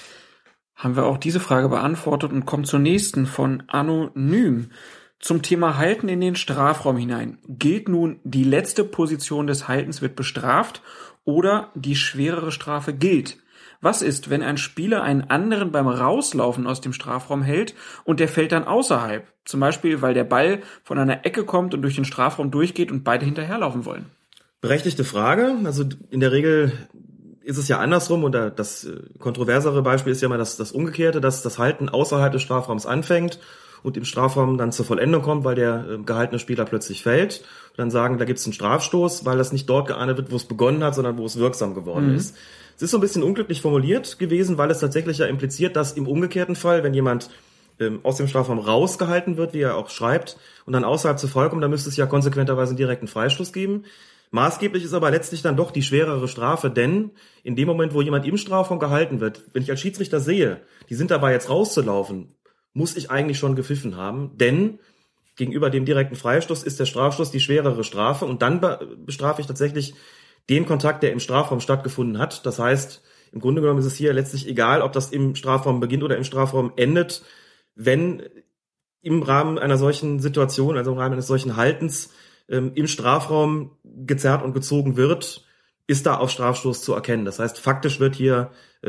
Haben wir auch diese Frage beantwortet und kommen zur nächsten von Anonym. Zum Thema Halten in den Strafraum hinein. Gilt nun, die letzte Position des Haltens wird bestraft oder die schwerere Strafe gilt? Was ist, wenn ein Spieler einen anderen beim Rauslaufen aus dem Strafraum hält und der fällt dann außerhalb? Zum Beispiel, weil der Ball von einer Ecke kommt und durch den Strafraum durchgeht und beide hinterherlaufen wollen. Berechtigte Frage. Also in der Regel ist es ja andersrum und das kontroversere Beispiel ist ja mal das Umgekehrte, dass das Halten außerhalb des Strafraums anfängt und im Strafraum dann zur Vollendung kommt, weil der gehaltene Spieler plötzlich fällt. Und dann sagen, da gibt es einen Strafstoß, weil das nicht dort geahndet wird, wo es begonnen hat, sondern wo es wirksam geworden ist. Es ist so ein bisschen unglücklich formuliert gewesen, weil es tatsächlich ja impliziert, dass im umgekehrten Fall, wenn jemand aus dem Strafraum rausgehalten wird, wie er auch schreibt, und dann außerhalb zu Fall kommt, dann müsste es ja konsequenterweise einen direkten Freistoß geben. Maßgeblich ist aber letztlich dann doch die schwerere Strafe, denn in dem Moment, wo jemand im Strafraum gehalten wird, wenn ich als Schiedsrichter sehe, die sind dabei jetzt rauszulaufen, muss ich eigentlich schon gepfiffen haben, denn gegenüber dem direkten Freistoß ist der Strafstoß die schwerere Strafe und dann bestrafe ich tatsächlich den Kontakt, der im Strafraum stattgefunden hat. Das heißt, im Grunde genommen ist es hier letztlich egal, ob das im Strafraum beginnt oder im Strafraum endet, wenn im Rahmen einer solchen Situation, also im Rahmen eines solchen Haltens, im Strafraum gezerrt und gezogen wird, ist da auf Strafstoß zu erkennen. Das heißt, faktisch gilt hier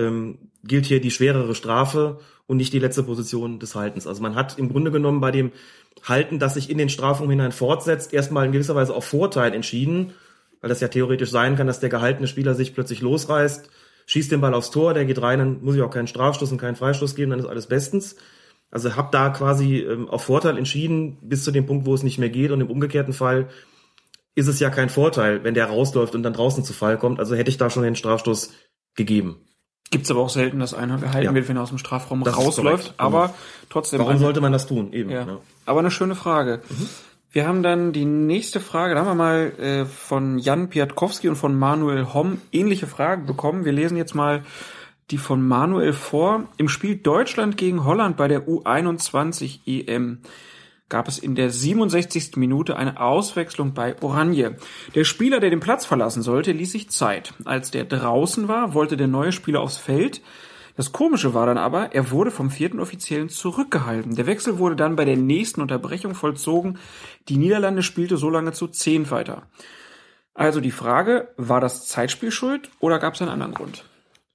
die schwerere Strafe und nicht die letzte Position des Haltens. Also man hat im Grunde genommen bei dem Halten, das sich in den Strafraum hinein fortsetzt, erstmal in gewisser Weise auf Vorteil entschieden, weil das ja theoretisch sein kann, dass der gehaltene Spieler sich plötzlich losreißt, schießt den Ball aufs Tor, der geht rein, dann muss ich auch keinen Strafstoß und keinen Freistoß geben, dann ist alles bestens. Also habe da quasi auf Vorteil entschieden, bis zu dem Punkt, wo es nicht mehr geht, und im umgekehrten Fall ist es ja kein Vorteil, wenn der rausläuft und dann draußen zu Fall kommt, also hätte ich da schon den Strafstoß gegeben. Gibt's aber auch selten, dass einer gehalten wird, wenn er aus dem Strafraum rausläuft, aber trotzdem. Warum sollte man das tun? Eben. Ja. Aber eine schöne Frage. Wir haben dann die nächste Frage, da haben wir mal von Jan Piatkowski und von Manuel Homm ähnliche Fragen bekommen. Wir lesen jetzt mal die von Manuel vor. Im Spiel Deutschland gegen Holland bei der U21 EM gab es in der 67. Minute eine Auswechslung bei Oranje. Der Spieler, der den Platz verlassen sollte, ließ sich Zeit. Als der draußen war, wollte der neue Spieler aufs Feld. Das Komische war dann aber, er wurde vom 4. Offiziellen zurückgehalten. Der Wechsel wurde dann bei der nächsten Unterbrechung vollzogen. Die Niederlande spielte so lange zu 10 weiter. Also die Frage, war das Zeitspiel schuld oder gab es einen anderen Grund?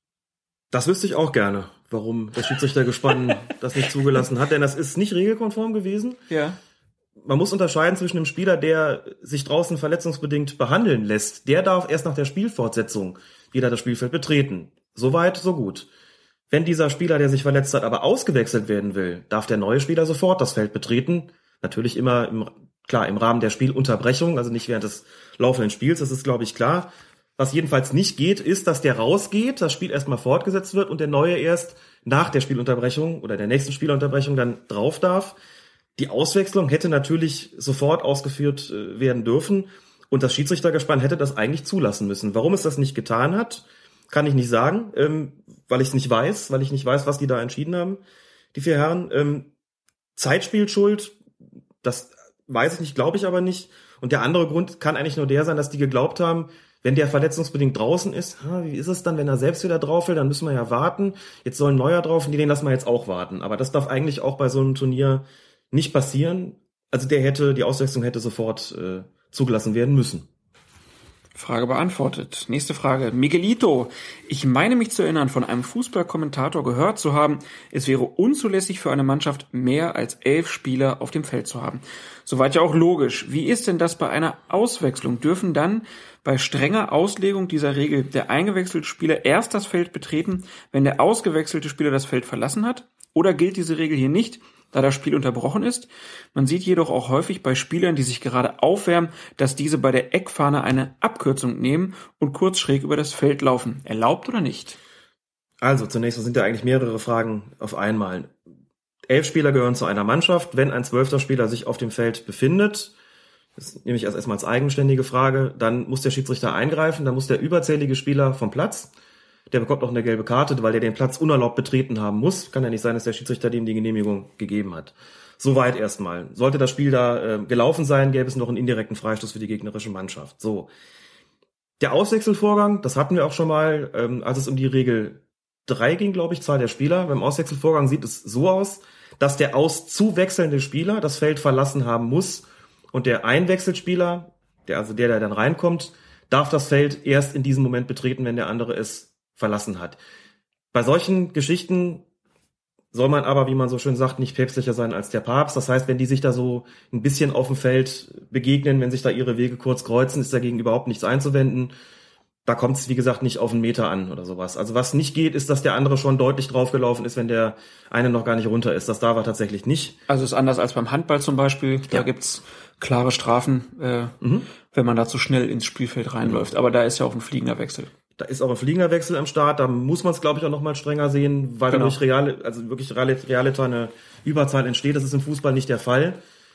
Das wüsste ich auch gerne, warum das Schiedsrichtergespann das nicht zugelassen hat, denn das ist nicht regelkonform gewesen. Ja. Man muss unterscheiden zwischen einem Spieler, der sich draußen verletzungsbedingt behandeln lässt. Der darf erst nach der Spielfortsetzung wieder das Spielfeld betreten. Soweit, so gut. Wenn dieser Spieler, der sich verletzt hat, aber ausgewechselt werden will, darf der neue Spieler sofort das Feld betreten. Natürlich immer im Rahmen der Spielunterbrechung, also nicht während des laufenden Spiels, das ist, glaube ich, klar. Was jedenfalls nicht geht, ist, dass der rausgeht, das Spiel erstmal fortgesetzt wird und der Neue erst nach der Spielunterbrechung oder der nächsten Spielunterbrechung dann drauf darf. Die Auswechslung hätte natürlich sofort ausgeführt werden dürfen und das Schiedsrichtergespann hätte das eigentlich zulassen müssen. Warum es das nicht getan hat, kann ich nicht sagen, weil ich nicht weiß, was die da entschieden haben, die 4 Herren. Zeitspielschuld, das weiß ich nicht, glaube ich aber nicht. Und der andere Grund kann eigentlich nur der sein, dass die geglaubt haben, wenn der verletzungsbedingt draußen ist, wie ist es dann, wenn er selbst wieder drauf will, dann müssen wir ja warten. Jetzt soll ein neuer drauf und den lassen wir jetzt auch warten. Aber das darf eigentlich auch bei so einem Turnier nicht passieren. Also die Auswechslung hätte sofort zugelassen werden müssen. Frage beantwortet. Nächste Frage. Miguelito. Ich meine mich zu erinnern, von einem Fußballkommentator gehört zu haben, es wäre unzulässig für eine Mannschaft, mehr als 11 Spieler auf dem Feld zu haben. Soweit ja auch logisch. Wie ist denn das bei einer Auswechslung? Dürfen dann bei strenger Auslegung dieser Regel der eingewechselte Spieler erst das Feld betreten, wenn der ausgewechselte Spieler das Feld verlassen hat? Oder gilt diese Regel hier nicht, da das Spiel unterbrochen ist? Man sieht jedoch auch häufig bei Spielern, die sich gerade aufwärmen, dass diese bei der Eckfahne eine Abkürzung nehmen und kurz schräg über das Feld laufen. Erlaubt oder nicht? Also zunächst sind ja eigentlich mehrere Fragen auf einmal. 11 Spieler gehören zu einer Mannschaft. Wenn ein 12. Spieler sich auf dem Feld befindet, das nehme ich erstmal als eigenständige Frage, dann muss der Schiedsrichter eingreifen, dann muss der überzählige Spieler vom Platz. Der bekommt auch eine gelbe Karte, weil der den Platz unerlaubt betreten haben muss. Kann ja nicht sein, dass der Schiedsrichter dem die Genehmigung gegeben hat. Soweit erstmal. Sollte das Spiel da gelaufen sein, gäbe es noch einen indirekten Freistoß für die gegnerische Mannschaft. So. Der Auswechselvorgang, das hatten wir auch schon mal, als es um die Regel 3 ging, glaube ich, Zahl der Spieler. Beim Auswechselvorgang sieht es so aus, dass der auszuwechselnde Spieler das Feld verlassen haben muss und der Einwechselspieler, der dann reinkommt, darf das Feld erst in diesem Moment betreten, wenn der andere es verlassen hat. Bei solchen Geschichten soll man aber, wie man so schön sagt, nicht päpstlicher sein als der Papst. Das heißt, wenn die sich da so ein bisschen auf dem Feld begegnen, wenn sich da ihre Wege kurz kreuzen, ist dagegen überhaupt nichts einzuwenden. Da kommt es, wie gesagt, nicht auf einen Meter an oder sowas. Also was nicht geht, ist, dass der andere schon deutlich draufgelaufen ist, wenn der eine noch gar nicht runter ist. Das darf er tatsächlich nicht. Also ist anders als beim Handball zum Beispiel. Da gibt's klare Strafen, wenn man da zu schnell ins Spielfeld reinläuft. Aber da ist ja auch ein fliegender Wechsel. Da ist auch ein fliegender Wechsel am Start. Da muss man es, glaube ich, auch noch mal strenger sehen, weil dadurch wirklich realiter eine Überzahl entsteht. Das ist im Fußball nicht der Fall.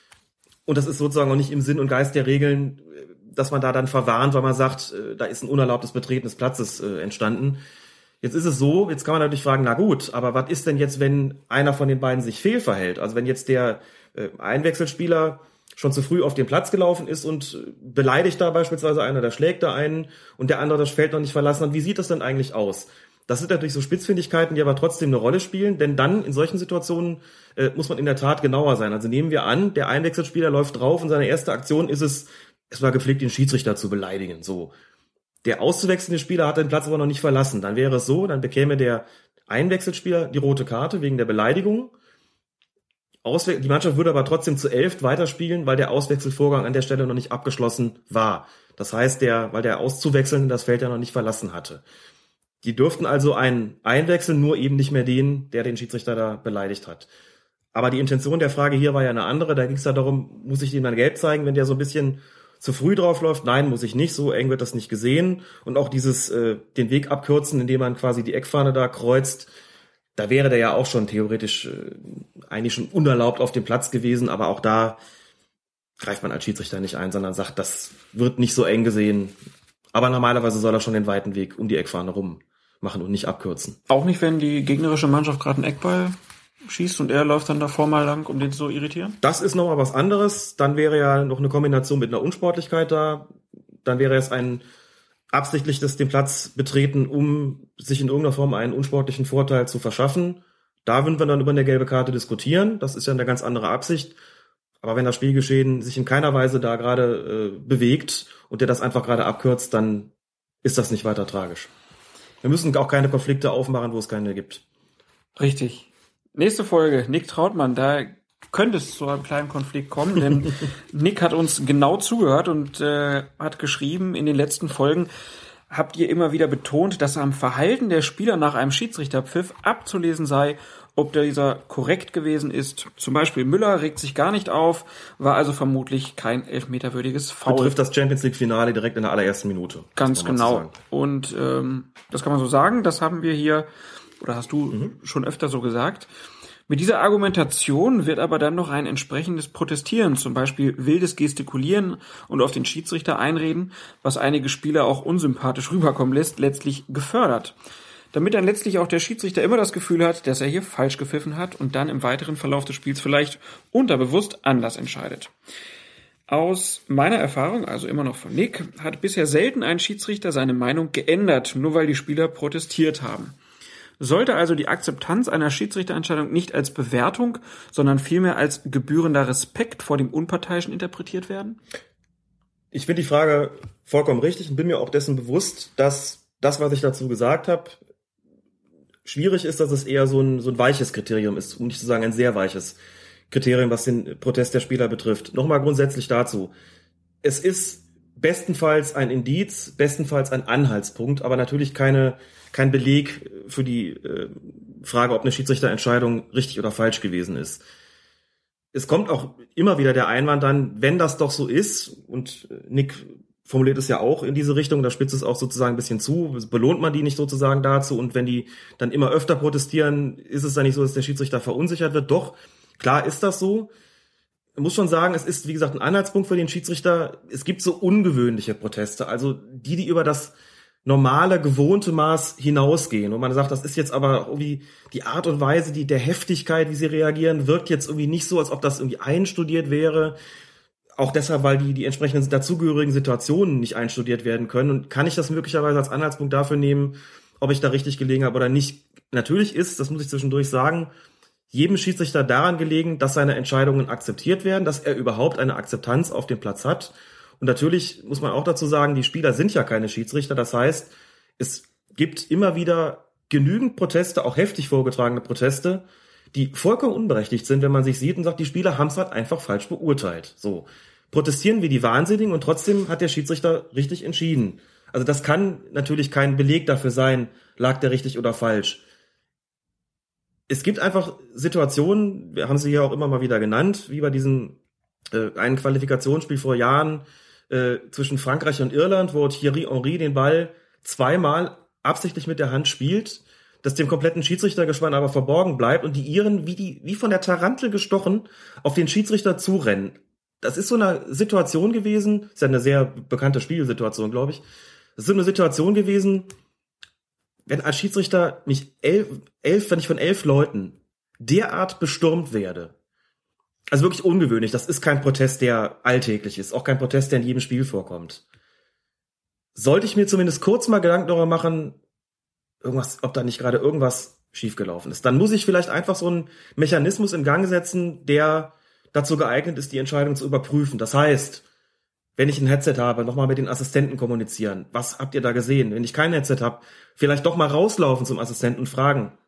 Und das ist sozusagen auch nicht im Sinn und Geist der Regeln, dass man da dann verwarnt, weil man sagt, da ist ein unerlaubtes Betreten des Platzes entstanden. Jetzt ist es so, jetzt kann man natürlich fragen, na gut, aber was ist denn jetzt, wenn einer von den beiden sich fehlverhält? Also wenn jetzt der Einwechselspieler schon zu früh auf den Platz gelaufen ist und beleidigt da beispielsweise einer, der schlägt da einen und der andere das Feld noch nicht verlassen hat. Wie sieht das denn eigentlich aus? Das sind natürlich so Spitzfindigkeiten, die aber trotzdem eine Rolle spielen, denn dann in solchen Situationen muss man in der Tat genauer sein. Also nehmen wir an, der Einwechselspieler läuft drauf und seine erste Aktion ist es war gepflegt, den Schiedsrichter zu beleidigen. So. Der auszuwechselnde Spieler hat den Platz aber noch nicht verlassen. Dann wäre es so, dann bekäme der Einwechselspieler die rote Karte wegen der Beleidigung. Die Mannschaft würde aber trotzdem zu 11 weiterspielen, weil der Auswechselvorgang an der Stelle noch nicht abgeschlossen war. Das heißt, weil der Auszuwechselnde das Feld ja noch nicht verlassen hatte. Die dürften also einen einwechseln, nur eben nicht mehr den, der den Schiedsrichter da beleidigt hat. Aber die Intention der Frage hier war ja eine andere. Da ging es ja darum, muss ich dem dann gelb zeigen, wenn der so ein bisschen zu früh draufläuft? Nein, muss ich nicht. So eng wird das nicht gesehen. Und auch dieses den Weg abkürzen, indem man quasi die Eckfahne da kreuzt, da wäre der ja auch schon theoretisch eigentlich schon unerlaubt auf dem Platz gewesen. Aber auch da greift man als Schiedsrichter nicht ein, sondern sagt, das wird nicht so eng gesehen. Aber normalerweise soll er schon den weiten Weg um die Eckfahne rum machen und nicht abkürzen. Auch nicht, wenn die gegnerische Mannschaft gerade einen Eckball schießt und er läuft dann davor mal lang, um den zu irritieren? Das ist nochmal was anderes. Dann wäre ja noch eine Kombination mit einer Unsportlichkeit da. Dann wäre es ein absichtliches den Platz betreten, um sich in irgendeiner Form einen unsportlichen Vorteil zu verschaffen. Da würden wir dann über eine gelbe Karte diskutieren. Das ist ja eine ganz andere Absicht. Aber wenn das Spielgeschehen sich in keiner Weise da gerade bewegt und der das einfach gerade abkürzt, dann ist das nicht weiter tragisch. Wir müssen auch keine Konflikte aufmachen, wo es keine gibt. Richtig. Nächste Folge, Nick Trautmann, da könnte es zu einem kleinen Konflikt kommen, denn Nick hat uns genau zugehört und hat geschrieben, in den letzten Folgen habt ihr immer wieder betont, dass am Verhalten der Spieler nach einem Schiedsrichterpfiff abzulesen sei, ob dieser korrekt gewesen ist. Zum Beispiel Müller regt sich gar nicht auf, war also vermutlich kein elfmeterwürdiges Foul. Betrifft das Champions-League-Finale direkt in der allerersten Minute. Ganz genau. Und das kann man so sagen, das haben wir hier, oder hast du schon öfter so gesagt. Mit dieser Argumentation wird aber dann noch ein entsprechendes Protestieren, zum Beispiel wildes Gestikulieren und auf den Schiedsrichter einreden, was einige Spieler auch unsympathisch rüberkommen lässt, letztlich gefördert. Damit dann letztlich auch der Schiedsrichter immer das Gefühl hat, dass er hier falsch gepfiffen hat und dann im weiteren Verlauf des Spiels vielleicht unterbewusst anders entscheidet. Aus meiner Erfahrung, also immer noch von Nick, hat bisher selten ein Schiedsrichter seine Meinung geändert, nur weil die Spieler protestiert haben. Sollte also die Akzeptanz einer Schiedsrichterentscheidung nicht als Bewertung, sondern vielmehr als gebührender Respekt vor dem Unparteiischen interpretiert werden? Ich finde die Frage vollkommen richtig und bin mir auch dessen bewusst, dass das, was ich dazu gesagt habe, schwierig ist, dass es eher so ein weiches Kriterium ist, um nicht zu sagen ein sehr weiches Kriterium, was den Protest der Spieler betrifft. Nochmal grundsätzlich dazu. Es ist bestenfalls ein Indiz, bestenfalls ein Anhaltspunkt, aber natürlich kein Beleg für die Frage, ob eine Schiedsrichterentscheidung richtig oder falsch gewesen ist. Es kommt auch immer wieder der Einwand dann, wenn das doch so ist, und Nick formuliert es ja auch in diese Richtung, da spitzt es auch sozusagen ein bisschen zu, belohnt man die nicht sozusagen dazu, und wenn die dann immer öfter protestieren, ist es dann nicht so, dass der Schiedsrichter verunsichert wird. Doch, klar ist das so. Ich muss schon sagen, es ist, wie gesagt, ein Anhaltspunkt für den Schiedsrichter. Es gibt so ungewöhnliche Proteste, also die über das normale, gewohnte Maß hinausgehen. Und man sagt, das ist jetzt aber irgendwie die Art und Weise, der Heftigkeit, wie sie reagieren, wirkt jetzt irgendwie nicht so, als ob das irgendwie einstudiert wäre. Auch deshalb, weil die entsprechenden dazugehörigen Situationen nicht einstudiert werden können. Und kann ich das möglicherweise als Anhaltspunkt dafür nehmen, ob ich da richtig gelegen habe oder nicht? Natürlich ist, das muss ich zwischendurch sagen, jedem Schiedsrichter daran gelegen, dass seine Entscheidungen akzeptiert werden, dass er überhaupt eine Akzeptanz auf dem Platz hat. Und natürlich muss man auch dazu sagen, die Spieler sind ja keine Schiedsrichter. Das heißt, es gibt immer wieder genügend Proteste, auch heftig vorgetragene Proteste, die vollkommen unberechtigt sind, wenn man sich sieht und sagt, die Spieler haben es halt einfach falsch beurteilt. So, protestieren wir die Wahnsinnigen und trotzdem hat der Schiedsrichter richtig entschieden. Also das kann natürlich kein Beleg dafür sein, lag der richtig oder falsch. Es gibt einfach Situationen, wir haben sie ja auch immer mal wieder genannt, wie bei diesem einen Qualifikationsspiel vor Jahren zwischen Frankreich und Irland, wo Thierry Henry den Ball zweimal absichtlich mit der Hand spielt, das dem kompletten Schiedsrichtergespann aber verborgen bleibt und die Iren wie von der Tarantel gestochen auf den Schiedsrichter zurennen. Das ist so eine Situation gewesen, ist ja eine sehr bekannte Spielsituation, glaube ich. Das ist so eine Situation gewesen, wenn als Schiedsrichter nicht wenn ich von 11 Leuten derart bestürmt werde. Also wirklich ungewöhnlich. Das ist kein Protest, der alltäglich ist. Auch kein Protest, der in jedem Spiel vorkommt. Sollte ich mir zumindest kurz mal Gedanken darüber machen, ob da nicht gerade irgendwas schiefgelaufen ist. Dann muss ich vielleicht einfach so einen Mechanismus in Gang setzen, der dazu geeignet ist, die Entscheidung zu überprüfen. Das heißt, wenn ich ein Headset habe, nochmal mit den Assistenten kommunizieren. Was habt ihr da gesehen? Wenn ich kein Headset habe, vielleicht doch mal rauslaufen zum Assistenten und fragen,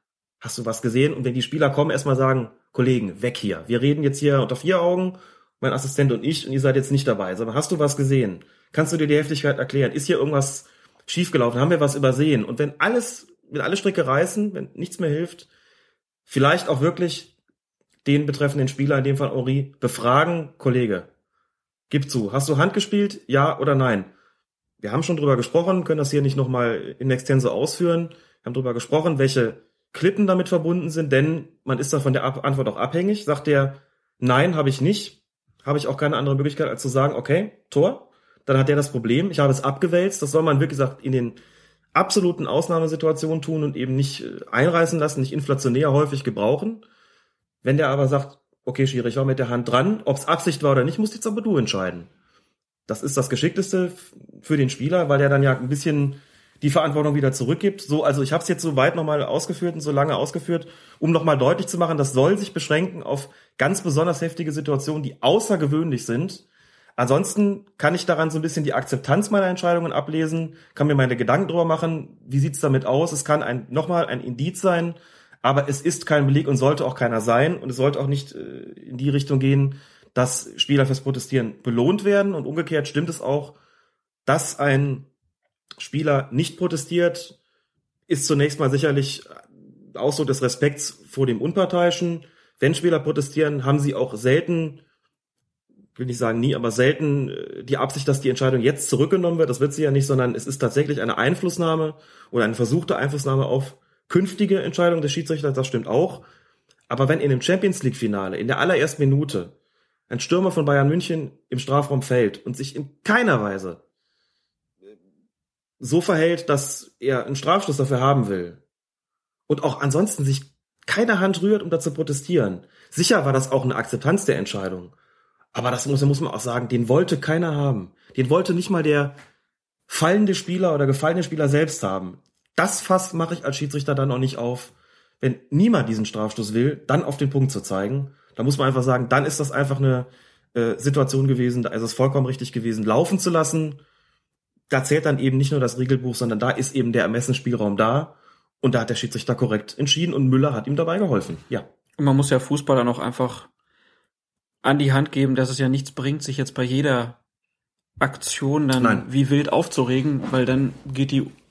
hast du was gesehen? Und wenn die Spieler kommen, erstmal sagen, Kollegen, weg hier. Wir reden jetzt hier unter 4 Augen, mein Assistent und ich, und ihr seid jetzt nicht dabei. Sondern hast du was gesehen? Kannst du dir die Heftigkeit erklären? Ist hier irgendwas schiefgelaufen? Haben wir was übersehen? Und wenn alle Stricke reißen, wenn nichts mehr hilft, vielleicht auch wirklich den betreffenden Spieler, in dem Fall Henry, befragen, Kollege, gib zu, hast du Hand gespielt? Ja oder nein? Wir haben schon drüber gesprochen, können das hier nicht nochmal in extenso ausführen. Wir haben drüber gesprochen, welche Klippen damit verbunden sind, denn man ist da von der Antwort auch abhängig. Sagt der, nein, habe ich nicht, habe ich auch keine andere Möglichkeit, als zu sagen, okay, Tor, dann hat der das Problem, ich habe es abgewälzt. Das soll man, wie gesagt, in den absoluten Ausnahmesituationen tun und eben nicht einreißen lassen, nicht inflationär häufig gebrauchen. Wenn der aber sagt, okay, Schiri, ich war mit der Hand dran, ob es Absicht war oder nicht, musst jetzt aber du entscheiden. Das ist das Geschickteste für den Spieler, weil der dann ja ein bisschen die Verantwortung wieder zurückgibt. So, also ich habe es jetzt so weit nochmal ausgeführt und so lange ausgeführt, um nochmal deutlich zu machen, das soll sich beschränken auf ganz besonders heftige Situationen, die außergewöhnlich sind. Ansonsten kann ich daran so ein bisschen die Akzeptanz meiner Entscheidungen ablesen, kann mir meine Gedanken drüber machen, wie sieht's damit aus. Es kann ein Indiz sein, aber es ist kein Beleg und sollte auch keiner sein. Und es sollte auch nicht in die Richtung gehen, dass Spieler fürs Protestieren belohnt werden. Und umgekehrt stimmt es auch, dass ein Spieler nicht protestiert, ist zunächst mal sicherlich Ausdruck des Respekts vor dem Unparteiischen. Wenn Spieler protestieren, haben sie auch selten, will nicht sagen nie, aber selten die Absicht, dass die Entscheidung jetzt zurückgenommen wird. Das wird sie ja nicht, sondern es ist tatsächlich eine Einflussnahme oder eine versuchte Einflussnahme auf künftige Entscheidungen des Schiedsrichters, das stimmt auch. Aber wenn in dem Champions-League-Finale in der allerersten Minute ein Stürmer von Bayern München im Strafraum fällt und sich in keiner Weise so verhält, dass er einen Strafstoß dafür haben will und auch ansonsten sich keine Hand rührt, um da zu protestieren. Sicher war das auch eine Akzeptanz der Entscheidung. Aber das muss man auch sagen, den wollte keiner haben. Den wollte nicht mal der fallende Spieler oder gefallene Spieler selbst haben. Das Fass mache ich als Schiedsrichter dann auch nicht auf. Wenn niemand diesen Strafstoß will, dann auf den Punkt zu zeigen. Da muss man einfach sagen, dann ist das einfach eine Situation gewesen, da ist es vollkommen richtig gewesen, laufen zu lassen. Da zählt dann eben nicht nur das Regelbuch, sondern da ist eben der Ermessensspielraum da. Und da hat der Schiedsrichter korrekt entschieden und Müller hat ihm dabei geholfen. Ja. Und man muss ja Fußballern auch einfach an die Hand geben, dass es ja nichts bringt, sich jetzt bei jeder Aktion dann wie wild aufzuregen, weil dann geht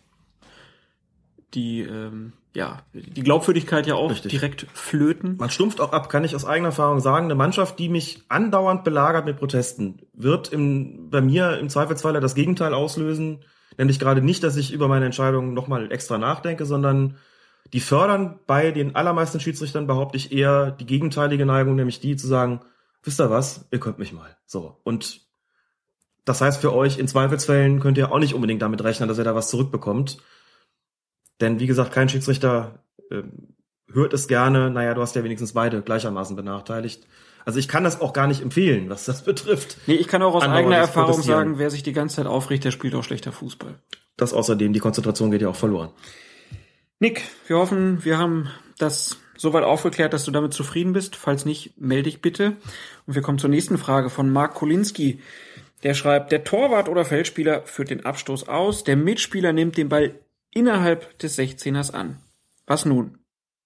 die Glaubwürdigkeit ja auch direkt flöten. Man stumpft auch ab, kann ich aus eigener Erfahrung sagen. Eine Mannschaft, die mich andauernd belagert mit Protesten, wird bei mir im Zweifelsfall das Gegenteil auslösen. Nämlich gerade nicht, dass ich über meine Entscheidung nochmal extra nachdenke, sondern die fördern bei den allermeisten Schiedsrichtern, behaupte ich, eher die gegenteilige Neigung, nämlich die zu sagen, wisst ihr was, ihr könnt mich mal. So. Und das heißt für euch, in Zweifelsfällen könnt ihr auch nicht unbedingt damit rechnen, dass ihr da was zurückbekommt. Denn wie gesagt, kein Schiedsrichter hört es gerne, du hast ja wenigstens beide gleichermaßen benachteiligt. Also ich kann das auch gar nicht empfehlen, was das betrifft. Nee, ich kann auch aus eigener Erfahrung sagen, wer sich die ganze Zeit aufregt, der spielt auch schlechter Fußball. Das außerdem, die Konzentration geht ja auch verloren. Nick, wir hoffen, wir haben das soweit aufgeklärt, dass du damit zufrieden bist. Falls nicht, melde dich bitte. Und wir kommen zur nächsten Frage von Marc Kolinski. Der schreibt, der Torwart oder Feldspieler führt den Abstoß aus, der Mitspieler nimmt den Ball innerhalb des 16ers an. Was nun?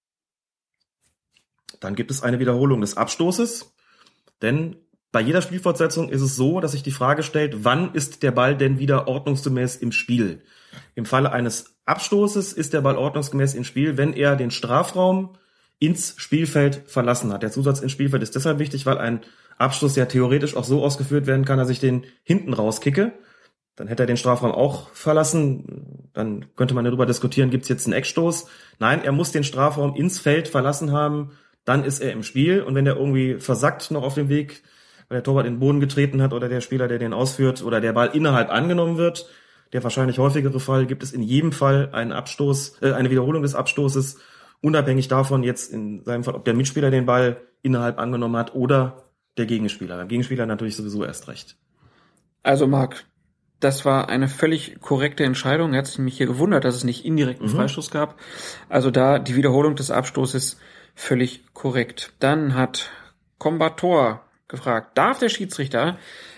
Dann gibt es eine Wiederholung des Abstoßes, denn bei jeder Spielfortsetzung ist es so, dass sich die Frage stellt, wann ist der Ball denn wieder ordnungsgemäß im Spiel? Im Falle eines Abstoßes ist der Ball ordnungsgemäß im Spiel, wenn er den Strafraum ins Spielfeld verlassen hat. Der Zusatz ins Spielfeld ist deshalb wichtig, weil ein Abstoß ja theoretisch auch so ausgeführt werden kann, dass ich den hinten rauskicke. Dann hätte er den Strafraum auch verlassen. Dann könnte man darüber diskutieren, gibt es jetzt einen Eckstoß? Nein, er muss den Strafraum ins Feld verlassen haben, dann ist er im Spiel. Und wenn er irgendwie versackt noch auf dem Weg, weil der Torwart in den Boden getreten hat oder der Spieler, der den ausführt, oder der Ball innerhalb angenommen wird, der wahrscheinlich häufigere Fall, gibt es in jedem Fall einen Abstoß, eine Wiederholung des Abstoßes, unabhängig davon jetzt in seinem Fall, ob der Mitspieler den Ball innerhalb angenommen hat oder der Gegenspieler. Beim Gegenspieler natürlich sowieso erst recht. Also Marc, das war eine völlig korrekte Entscheidung. Er hat mich hier gewundert, dass es nicht indirekten Freistoß gab. Also da die Wiederholung des Abstoßes völlig korrekt. Dann hat Combator gefragt, darf der Schiedsrichter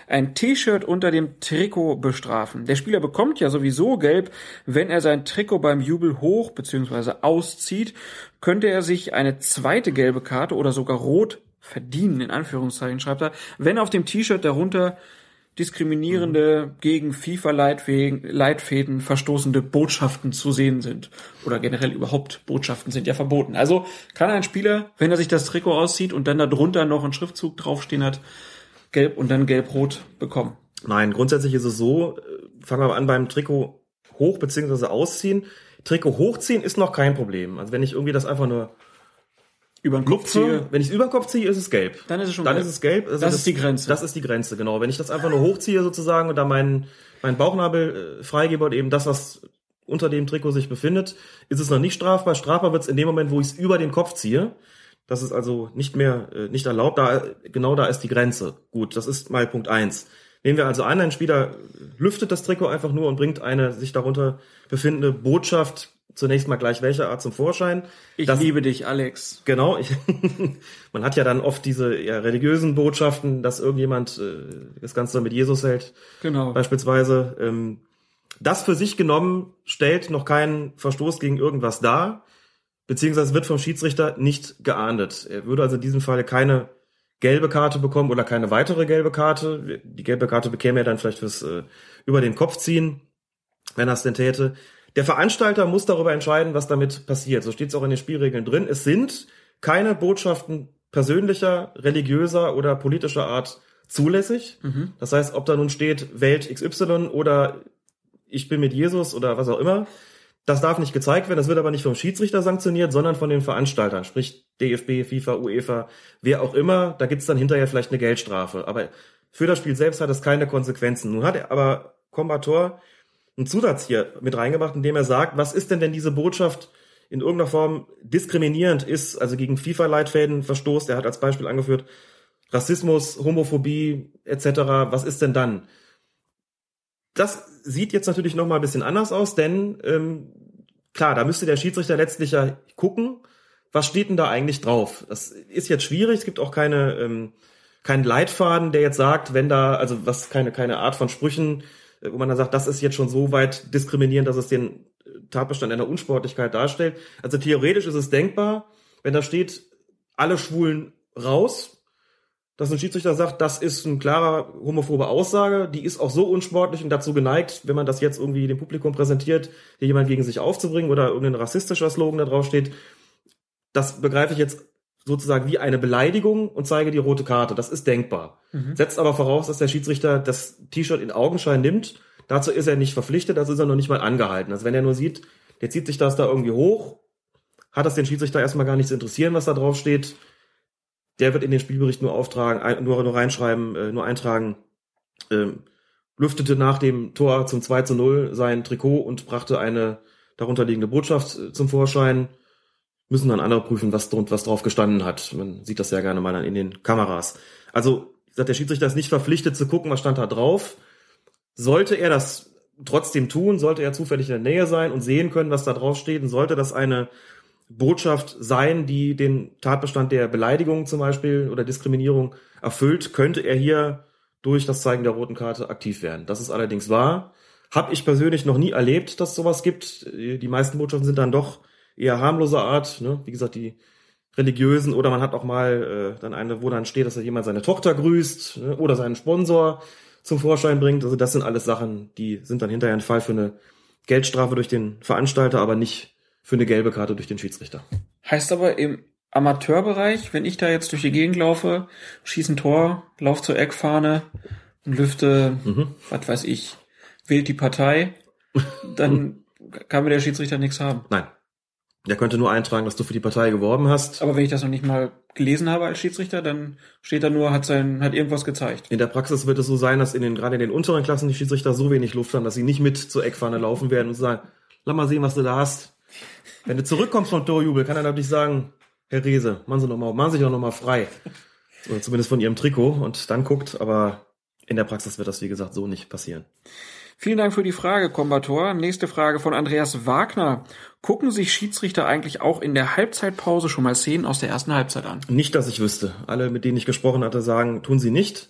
ein T-Shirt unter dem Trikot bestrafen. Der Spieler bekommt ja sowieso gelb, wenn er sein Trikot beim Jubel hoch bzw. auszieht. Könnte er sich eine zweite gelbe Karte oder sogar rot verdienen, in Anführungszeichen, schreibt er, wenn auf dem T-Shirt darunter diskriminierende, gegen FIFA-Leitfäden verstoßende Botschaften zu sehen sind. Oder generell überhaupt Botschaften sind ja verboten. Also kann ein Spieler, wenn er sich das Trikot auszieht und dann darunter noch ein Schriftzug draufstehen hat, gelb und dann gelb-rot bekommen. Nein, grundsätzlich ist es so, fangen wir mal an beim Trikot hoch bzw. ausziehen. Trikot hochziehen ist noch kein Problem. Also wenn ich irgendwie das einfach nur über den Kopf ziehe. Wenn ich es über den Kopf ziehe, ist es gelb. Dann ist es schon gelb. Dann ist es gelb. Also das ist die Grenze. Das ist die Grenze, genau. Wenn ich das einfach nur hochziehe sozusagen und da meinen Bauchnabel freigebe und eben das, was unter dem Trikot sich befindet, ist es noch nicht strafbar. Strafbar wird es in dem Moment, wo ich es über den Kopf ziehe. Das ist also nicht erlaubt. Da ist die Grenze. Gut, das ist mal Punkt 1. Nehmen wir also an, ein Spieler lüftet das Trikot einfach nur und bringt eine sich darunter befindende Botschaft, zunächst mal gleich welcher Art, zum Vorschein. Ich liebe dich, Alex. Genau. Man hat ja dann oft diese religiösen Botschaften, dass irgendjemand das Ganze mit Jesus hält. Genau. Beispielsweise. Das für sich genommen stellt noch keinen Verstoß gegen irgendwas dar, beziehungsweise wird vom Schiedsrichter nicht geahndet. Er würde also in diesem Falle keine gelbe Karte bekommen oder keine weitere gelbe Karte. Die gelbe Karte bekäme er dann vielleicht fürs über den Kopf ziehen, wenn er es denn täte. Der Veranstalter muss darüber entscheiden, was damit passiert. So steht es auch in den Spielregeln drin. Es sind keine Botschaften persönlicher, religiöser oder politischer Art zulässig. Mhm. Das heißt, ob da nun steht Welt XY oder ich bin mit Jesus oder was auch immer, das darf nicht gezeigt werden. Das wird aber nicht vom Schiedsrichter sanktioniert, sondern von den Veranstaltern, sprich DFB, FIFA, UEFA, wer auch immer. Da gibt's dann hinterher vielleicht eine Geldstrafe. Aber für das Spiel selbst hat es keine Konsequenzen. Nun hat er aber Combator einen Zusatz hier mit reingebracht, indem er sagt, was ist denn, wenn diese Botschaft in irgendeiner Form diskriminierend ist, also gegen FIFA-Leitfäden verstoßt. Er hat als Beispiel angeführt Rassismus, Homophobie etc. Was ist denn dann? Das sieht jetzt natürlich noch mal ein bisschen anders aus, denn klar, da müsste der Schiedsrichter letztlich ja gucken, was steht denn da eigentlich drauf? Das ist jetzt schwierig, es gibt auch keinen Leitfaden, der jetzt sagt, wenn da, also was keine Art von Sprüchen, wo man dann sagt, das ist jetzt schon so weit diskriminierend, dass es den Tatbestand einer Unsportlichkeit darstellt. Also theoretisch ist es denkbar, wenn da steht, alle Schwulen raus, dass ein Schiedsrichter sagt, das ist eine klare homophobe Aussage, die ist auch so unsportlich und dazu geneigt, wenn man das jetzt irgendwie dem Publikum präsentiert, hier jemand gegen sich aufzubringen oder irgendein rassistischer Slogan da drauf steht. Das begreife ich jetzt sozusagen wie eine Beleidigung und zeige die rote Karte. Das ist denkbar. Mhm. Setzt aber voraus, dass der Schiedsrichter das T-Shirt in Augenschein nimmt. Dazu ist er nicht verpflichtet, dazu ist er noch nicht mal angehalten. Also wenn er nur sieht, der zieht sich das da irgendwie hoch, hat das den Schiedsrichter erstmal gar nicht zu interessieren, was da drauf steht. Der wird in den Spielbericht nur eintragen, lüftete nach dem Tor zum 2:0 sein Trikot und brachte eine darunterliegende Botschaft zum Vorschein. Müssen dann andere prüfen, was drauf gestanden hat. Man sieht das ja gerne mal dann in den Kameras. Also, der Schiedsrichter ist nicht verpflichtet zu gucken, was stand da drauf. Sollte er das trotzdem tun, sollte er zufällig in der Nähe sein und sehen können, was da drauf steht, und sollte das eine Botschaft sein, die den Tatbestand der Beleidigung zum Beispiel oder Diskriminierung erfüllt, könnte er hier durch das Zeigen der roten Karte aktiv werden. Das ist allerdings wahr. Habe ich persönlich noch nie erlebt, dass sowas gibt. Die meisten Botschaften sind dann doch eher harmloser Art, ne? Wie gesagt, die religiösen, oder man hat auch mal dann eine, wo dann steht, dass da jemand seine Tochter grüßt, ne? Oder seinen Sponsor zum Vorschein bringt. Also das sind alles Sachen, die sind dann hinterher ein Fall für eine Geldstrafe durch den Veranstalter, aber nicht für eine gelbe Karte durch den Schiedsrichter. Heißt aber im Amateurbereich, wenn ich da jetzt durch die Gegend laufe, schieße ein Tor, laufe zur Eckfahne und lüfte, was weiß ich, wählt die Partei, dann kann mir der Schiedsrichter nichts haben. Nein. Der könnte nur eintragen, dass du für die Partei geworben hast. Aber wenn ich das noch nicht mal gelesen habe als Schiedsrichter, dann steht da nur, hat irgendwas gezeigt. In der Praxis wird es so sein, dass gerade in den unteren Klassen die Schiedsrichter so wenig Luft haben, dass sie nicht mit zur Eckfahne laufen werden und sagen, lass mal sehen, was du da hast. Wenn du zurückkommst vom Torjubel, kann er natürlich sagen, Herr Rehse, machen Sie doch noch mal frei. Oder zumindest von Ihrem Trikot, und dann guckt, aber in der Praxis wird das, wie gesagt, so nicht passieren. Vielen Dank für die Frage, Kombator. Nächste Frage von Andreas Wagner. Gucken sich Schiedsrichter eigentlich auch in der Halbzeitpause schon mal Szenen aus der ersten Halbzeit an? Nicht, dass ich wüsste. Alle, mit denen ich gesprochen hatte, sagen, tun sie nicht.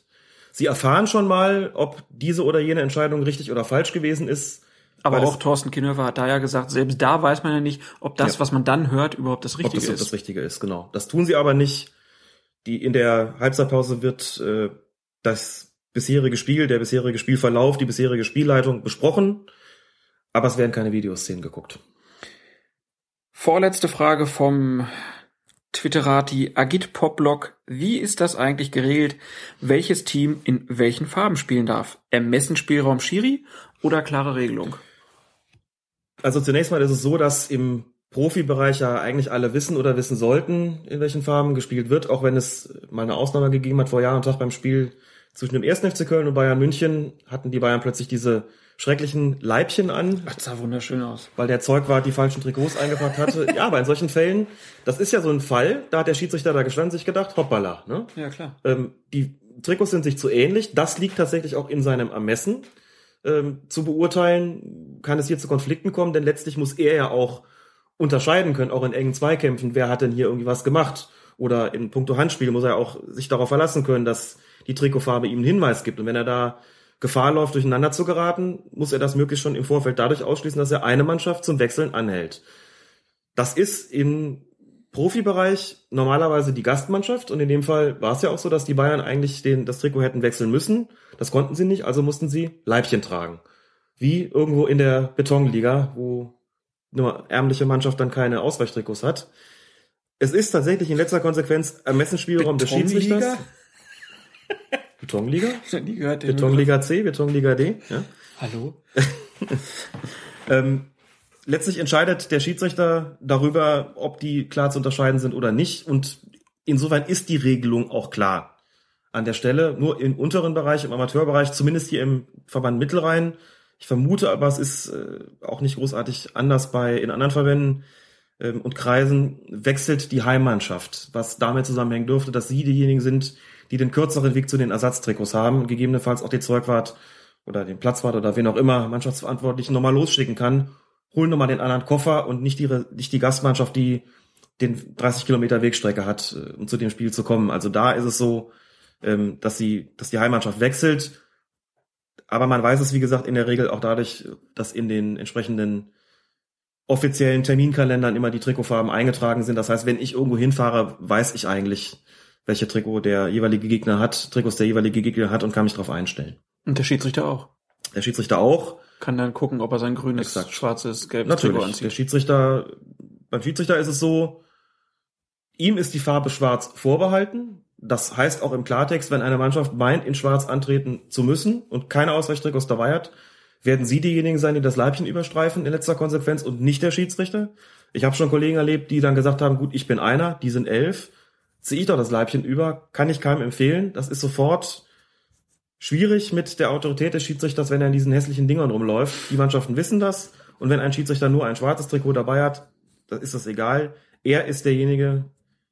Sie erfahren schon mal, ob diese oder jene Entscheidung richtig oder falsch gewesen ist. Aber auch Thorsten Kienhöfer hat da ja gesagt, selbst da weiß man ja nicht, ob das, was man dann hört, überhaupt das Richtige ist. Das Richtige ist, genau. Das tun sie aber nicht. In der Halbzeitpause wird das bisherige Spiel, der bisherige Spielverlauf, die bisherige Spielleitung besprochen, aber es werden keine Videoszenen geguckt. Vorletzte Frage vom Twitterati Agit Poplock. Wie ist das eigentlich geregelt, welches Team in welchen Farben spielen darf? Ermessensspielraum Schiri oder klare Regelung? Also zunächst mal ist es so, dass im Profibereich ja eigentlich alle wissen oder wissen sollten, in welchen Farben gespielt wird, auch wenn es mal eine Ausnahme gegeben hat vor Jahr und Tag beim Spiel zwischen dem 1. FC Köln und Bayern München, hatten die Bayern plötzlich diese schrecklichen Leibchen an. Ach, das sah wunderschön aus. Weil der Zeugwart die falschen Trikots eingepackt hatte. Ja, aber in solchen Fällen, das ist ja so ein Fall, da hat der Schiedsrichter da gestanden, sich gedacht, hoppala, ne? Ja, klar. Die Trikots sind sich zu ähnlich, das liegt tatsächlich auch in seinem Ermessen. Zu beurteilen, kann es hier zu Konflikten kommen, denn letztlich muss er ja auch unterscheiden können, auch in engen Zweikämpfen, wer hat denn hier irgendwie was gemacht. Oder in puncto Handspiel muss er auch sich darauf verlassen können, dass die Trikotfarbe ihm einen Hinweis gibt. Und wenn er da Gefahr läuft, durcheinander zu geraten, muss er das möglichst schon im Vorfeld dadurch ausschließen, dass er eine Mannschaft zum Wechseln anhält. Das ist im Profibereich normalerweise die Gastmannschaft und in dem Fall war es ja auch so, dass die Bayern eigentlich das Trikot hätten wechseln müssen. Das konnten sie nicht, also mussten sie Leibchen tragen. Wie irgendwo in der Betonliga, wo eine ärmliche Mannschaft dann keine Ausweichtrikots hat. Es ist tatsächlich in letzter Konsequenz Ermessensspielraum des Schiedsrichters. Betonliga? Nie gehört, Betonliga C, Betonliga D. Ja. Hallo? Letztlich entscheidet der Schiedsrichter darüber, ob die klar zu unterscheiden sind oder nicht. Und insofern ist die Regelung auch klar an der Stelle. Nur im unteren Bereich, im Amateurbereich, zumindest hier im Verband Mittelrhein. Ich vermute aber, es ist auch nicht großartig anders in anderen Verbänden und Kreisen, wechselt die Heimmannschaft. Was damit zusammenhängen dürfte, dass sie diejenigen sind, die den kürzeren Weg zu den Ersatztrikots haben, gegebenenfalls auch den Zeugwart oder den Platzwart oder wen auch immer Mannschaftsverantwortlichen nochmal losschicken kann, holen nochmal den anderen Koffer und nicht die Gastmannschaft, die den 30 Kilometer Wegstrecke hat, um zu dem Spiel zu kommen. Also da ist es so, dass die Heimmannschaft wechselt. Aber man weiß es, wie gesagt, in der Regel auch dadurch, dass in den entsprechenden offiziellen Terminkalendern immer die Trikotfarben eingetragen sind. Das heißt, wenn ich irgendwo hinfahre, weiß ich eigentlich, welche Trikots der jeweilige Gegner hat und kann mich darauf einstellen. Und der Schiedsrichter auch? Der Schiedsrichter auch. Kann dann gucken, ob er sein grünes, schwarzes, gelbes Trikot anzieht. Beim Schiedsrichter ist es so, ihm ist die Farbe schwarz vorbehalten. Das heißt auch im Klartext, wenn eine Mannschaft meint, in schwarz antreten zu müssen und keine Ausweichtrikots dabei hat, werden sie diejenigen sein, die das Leibchen überstreifen in letzter Konsequenz und nicht der Schiedsrichter. Ich habe schon Kollegen erlebt, die dann gesagt haben, gut, ich bin einer, die sind 11, ziehe ich doch das Leibchen über, kann ich keinem empfehlen. Das ist sofort schwierig mit der Autorität des Schiedsrichters, wenn er in diesen hässlichen Dingern rumläuft. Die Mannschaften wissen das und wenn ein Schiedsrichter nur ein schwarzes Trikot dabei hat, dann ist das egal. Er ist derjenige,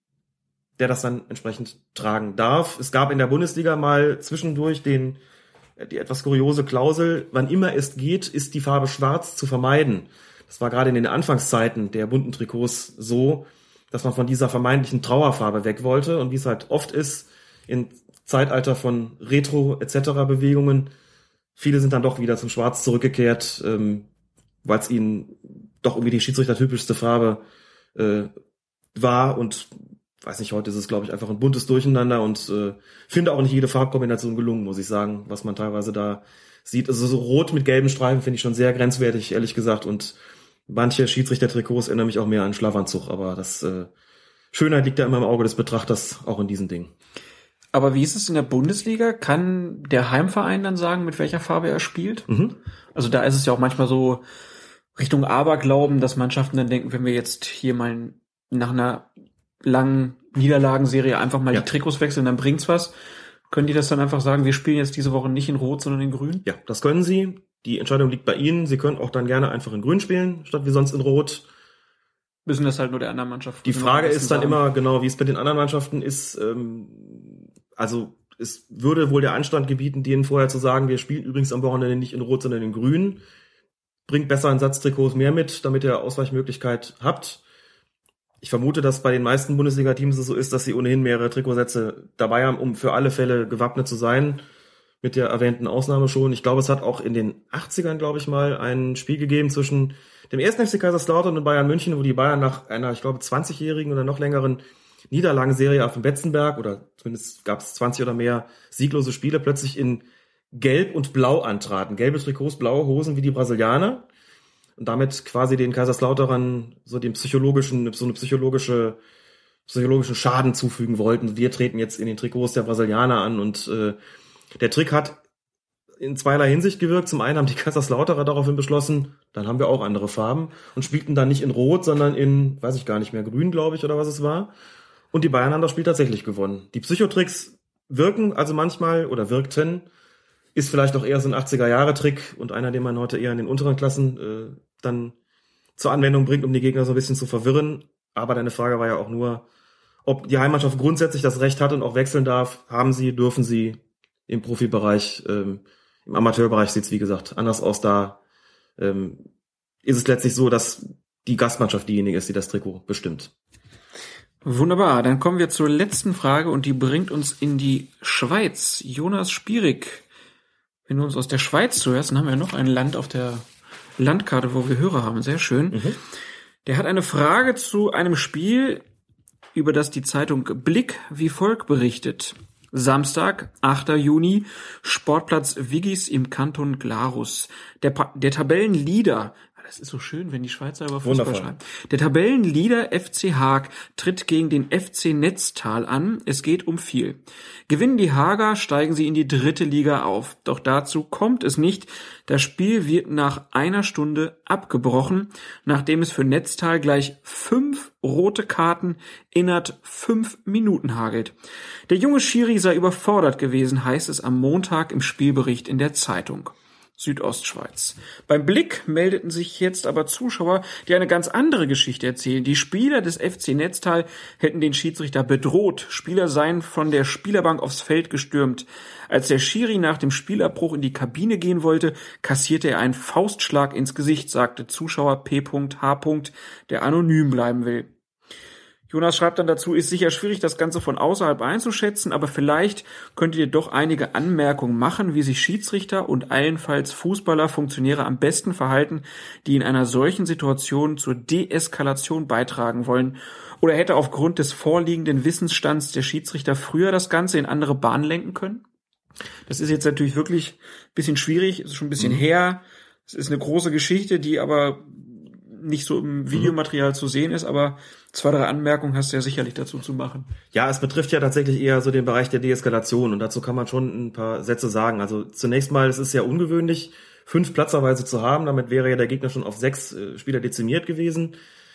der das dann entsprechend tragen darf. Es gab in der Bundesliga mal zwischendurch die etwas kuriose Klausel, wann immer es geht, ist die Farbe schwarz zu vermeiden. Das war gerade in den Anfangszeiten der bunten Trikots so, dass man von dieser vermeintlichen Trauerfarbe weg wollte und wie es halt oft ist, im Zeitalter von Retro etc. Bewegungen, viele sind dann doch wieder zum Schwarz zurückgekehrt, weil es ihnen doch irgendwie die schiedsrichtertypischste Farbe war und weiß nicht, heute ist es, glaube ich, einfach ein buntes Durcheinander und finde auch nicht jede Farbkombination gelungen, muss ich sagen, was man teilweise da sieht. Also so rot mit gelben Streifen finde ich schon sehr grenzwertig, ehrlich gesagt, und manche Schiedsrichter-Trikots erinnern mich auch mehr an Schlafanzug, aber das Schönheit liegt ja immer im Auge des Betrachters, auch in diesen Dingen. Aber wie ist es in der Bundesliga? Kann der Heimverein dann sagen, mit welcher Farbe er spielt? Mhm. Also da ist es ja auch manchmal so Richtung Aberglauben, dass Mannschaften dann denken, wenn wir jetzt hier mal nach einer langen Niederlagenserie einfach mal die Trikots wechseln, dann bringt's was. Können die das dann einfach sagen, wir spielen jetzt diese Woche nicht in Rot, sondern in Grün? Ja, das können sie. Die Entscheidung liegt bei Ihnen. Sie können auch dann gerne einfach in Grün spielen, statt wie sonst in Rot. Müssen das halt nur der anderen Mannschaft. Die Frage ist dann immer, genau, wie es bei den anderen Mannschaften ist. Also es würde wohl der Anstand gebieten, denen vorher zu sagen, wir spielen übrigens am Wochenende nicht in Rot, sondern in Grün. Bringt besser einen Satz Trikots mehr mit, damit ihr Ausweichmöglichkeit habt. Ich vermute, dass bei den meisten Bundesliga-Teams es so ist, dass sie ohnehin mehrere Trikotsätze dabei haben, um für alle Fälle gewappnet zu sein. mit der erwähnten Ausnahme schon. Ich glaube, es hat auch in den 80ern, glaube ich mal, ein Spiel gegeben zwischen dem 1. FC Kaiserslautern und Bayern München, wo die Bayern nach einer, ich glaube, 20-jährigen oder noch längeren Niederlagenserie auf dem Betzenberg, oder zumindest gab es 20 oder mehr sieglose Spiele, plötzlich in Gelb und Blau antraten. Gelbe Trikots, blaue Hosen wie die Brasilianer. Und damit quasi den Kaiserslauterern so einen psychologischen Schaden zufügen wollten. Wir treten jetzt in den Trikots der Brasilianer an und der Trick hat in zweierlei Hinsicht gewirkt. Zum einen haben die Kaiserslauterer daraufhin beschlossen, dann haben wir auch andere Farben und spielten dann nicht in Rot, sondern in, weiß ich gar nicht mehr, Grün, glaube ich, oder was es war. Und die Bayern haben das Spiel tatsächlich gewonnen. Die Psychotricks wirken also manchmal oder wirkten, ist vielleicht auch eher so ein 80er-Jahre-Trick und einer, den man heute eher in den unteren Klassen dann zur Anwendung bringt, um die Gegner so ein bisschen zu verwirren. Aber deine Frage war ja auch nur, ob die Heimmannschaft grundsätzlich das Recht hat und auch wechseln darf. Haben sie, dürfen sie im Profibereich. Im Amateurbereich sieht es, wie gesagt, anders aus. Da ist es letztlich so, dass die Gastmannschaft diejenige ist, die das Trikot bestimmt. Wunderbar, dann kommen wir zur letzten Frage und die bringt uns in die Schweiz. Jonas Spierig, wenn du uns aus der Schweiz zuhörst, dann haben wir noch ein Land auf der Landkarte, wo wir Hörer haben. Sehr schön. Mhm. Der hat eine Frage zu einem Spiel, über das die Zeitung Blick wie folgt berichtet. Samstag, 8. Juni, Sportplatz Wiggis im Kanton Glarus. Der Tabellenleader, das ist so schön, wenn die Schweizer über Fußball schreiben. Der Tabellenleader FC Haag tritt gegen den FC Netztal an. Es geht um viel. Gewinnen die Haager, steigen sie in die 3. Liga auf. Doch dazu kommt es nicht. Das Spiel wird nach einer Stunde abgebrochen, nachdem es für Netztal gleich 5 rote Karten innerhalb 5 Minuten hagelt. Der junge Schiri sei überfordert gewesen, heißt es am Montag im Spielbericht in der Zeitung. Südostschweiz. Beim Blick meldeten sich jetzt aber Zuschauer, die eine ganz andere Geschichte erzählen. Die Spieler des FC Netztal hätten den Schiedsrichter bedroht. Spieler seien von der Spielerbank aufs Feld gestürmt. Als der Schiri nach dem Spielabbruch in die Kabine gehen wollte, kassierte er einen Faustschlag ins Gesicht, sagte Zuschauer P.H., der anonym bleiben will. Jonas schreibt dann dazu, ist sicher schwierig, das Ganze von außerhalb einzuschätzen, aber vielleicht könntet ihr doch einige Anmerkungen machen, wie sich Schiedsrichter und allenfalls Fußballer, Funktionäre am besten verhalten, die in einer solchen Situation zur Deeskalation beitragen wollen. Oder hätte aufgrund des vorliegenden Wissensstands der Schiedsrichter früher das Ganze in andere Bahnen lenken können? Das ist jetzt natürlich wirklich ein bisschen schwierig, ist schon ein bisschen her. Es ist eine große Geschichte, die aber nicht so im Videomaterial zu sehen ist, aber 2, 3 Anmerkungen hast du ja sicherlich dazu zu machen. Ja, es betrifft ja tatsächlich eher so den Bereich der Deeskalation und dazu kann man schon ein paar Sätze sagen. Also zunächst mal, es ist ja ungewöhnlich, 5 Platzerweise zu haben, damit wäre ja der Gegner schon auf 6 Spieler dezimiert gewesen.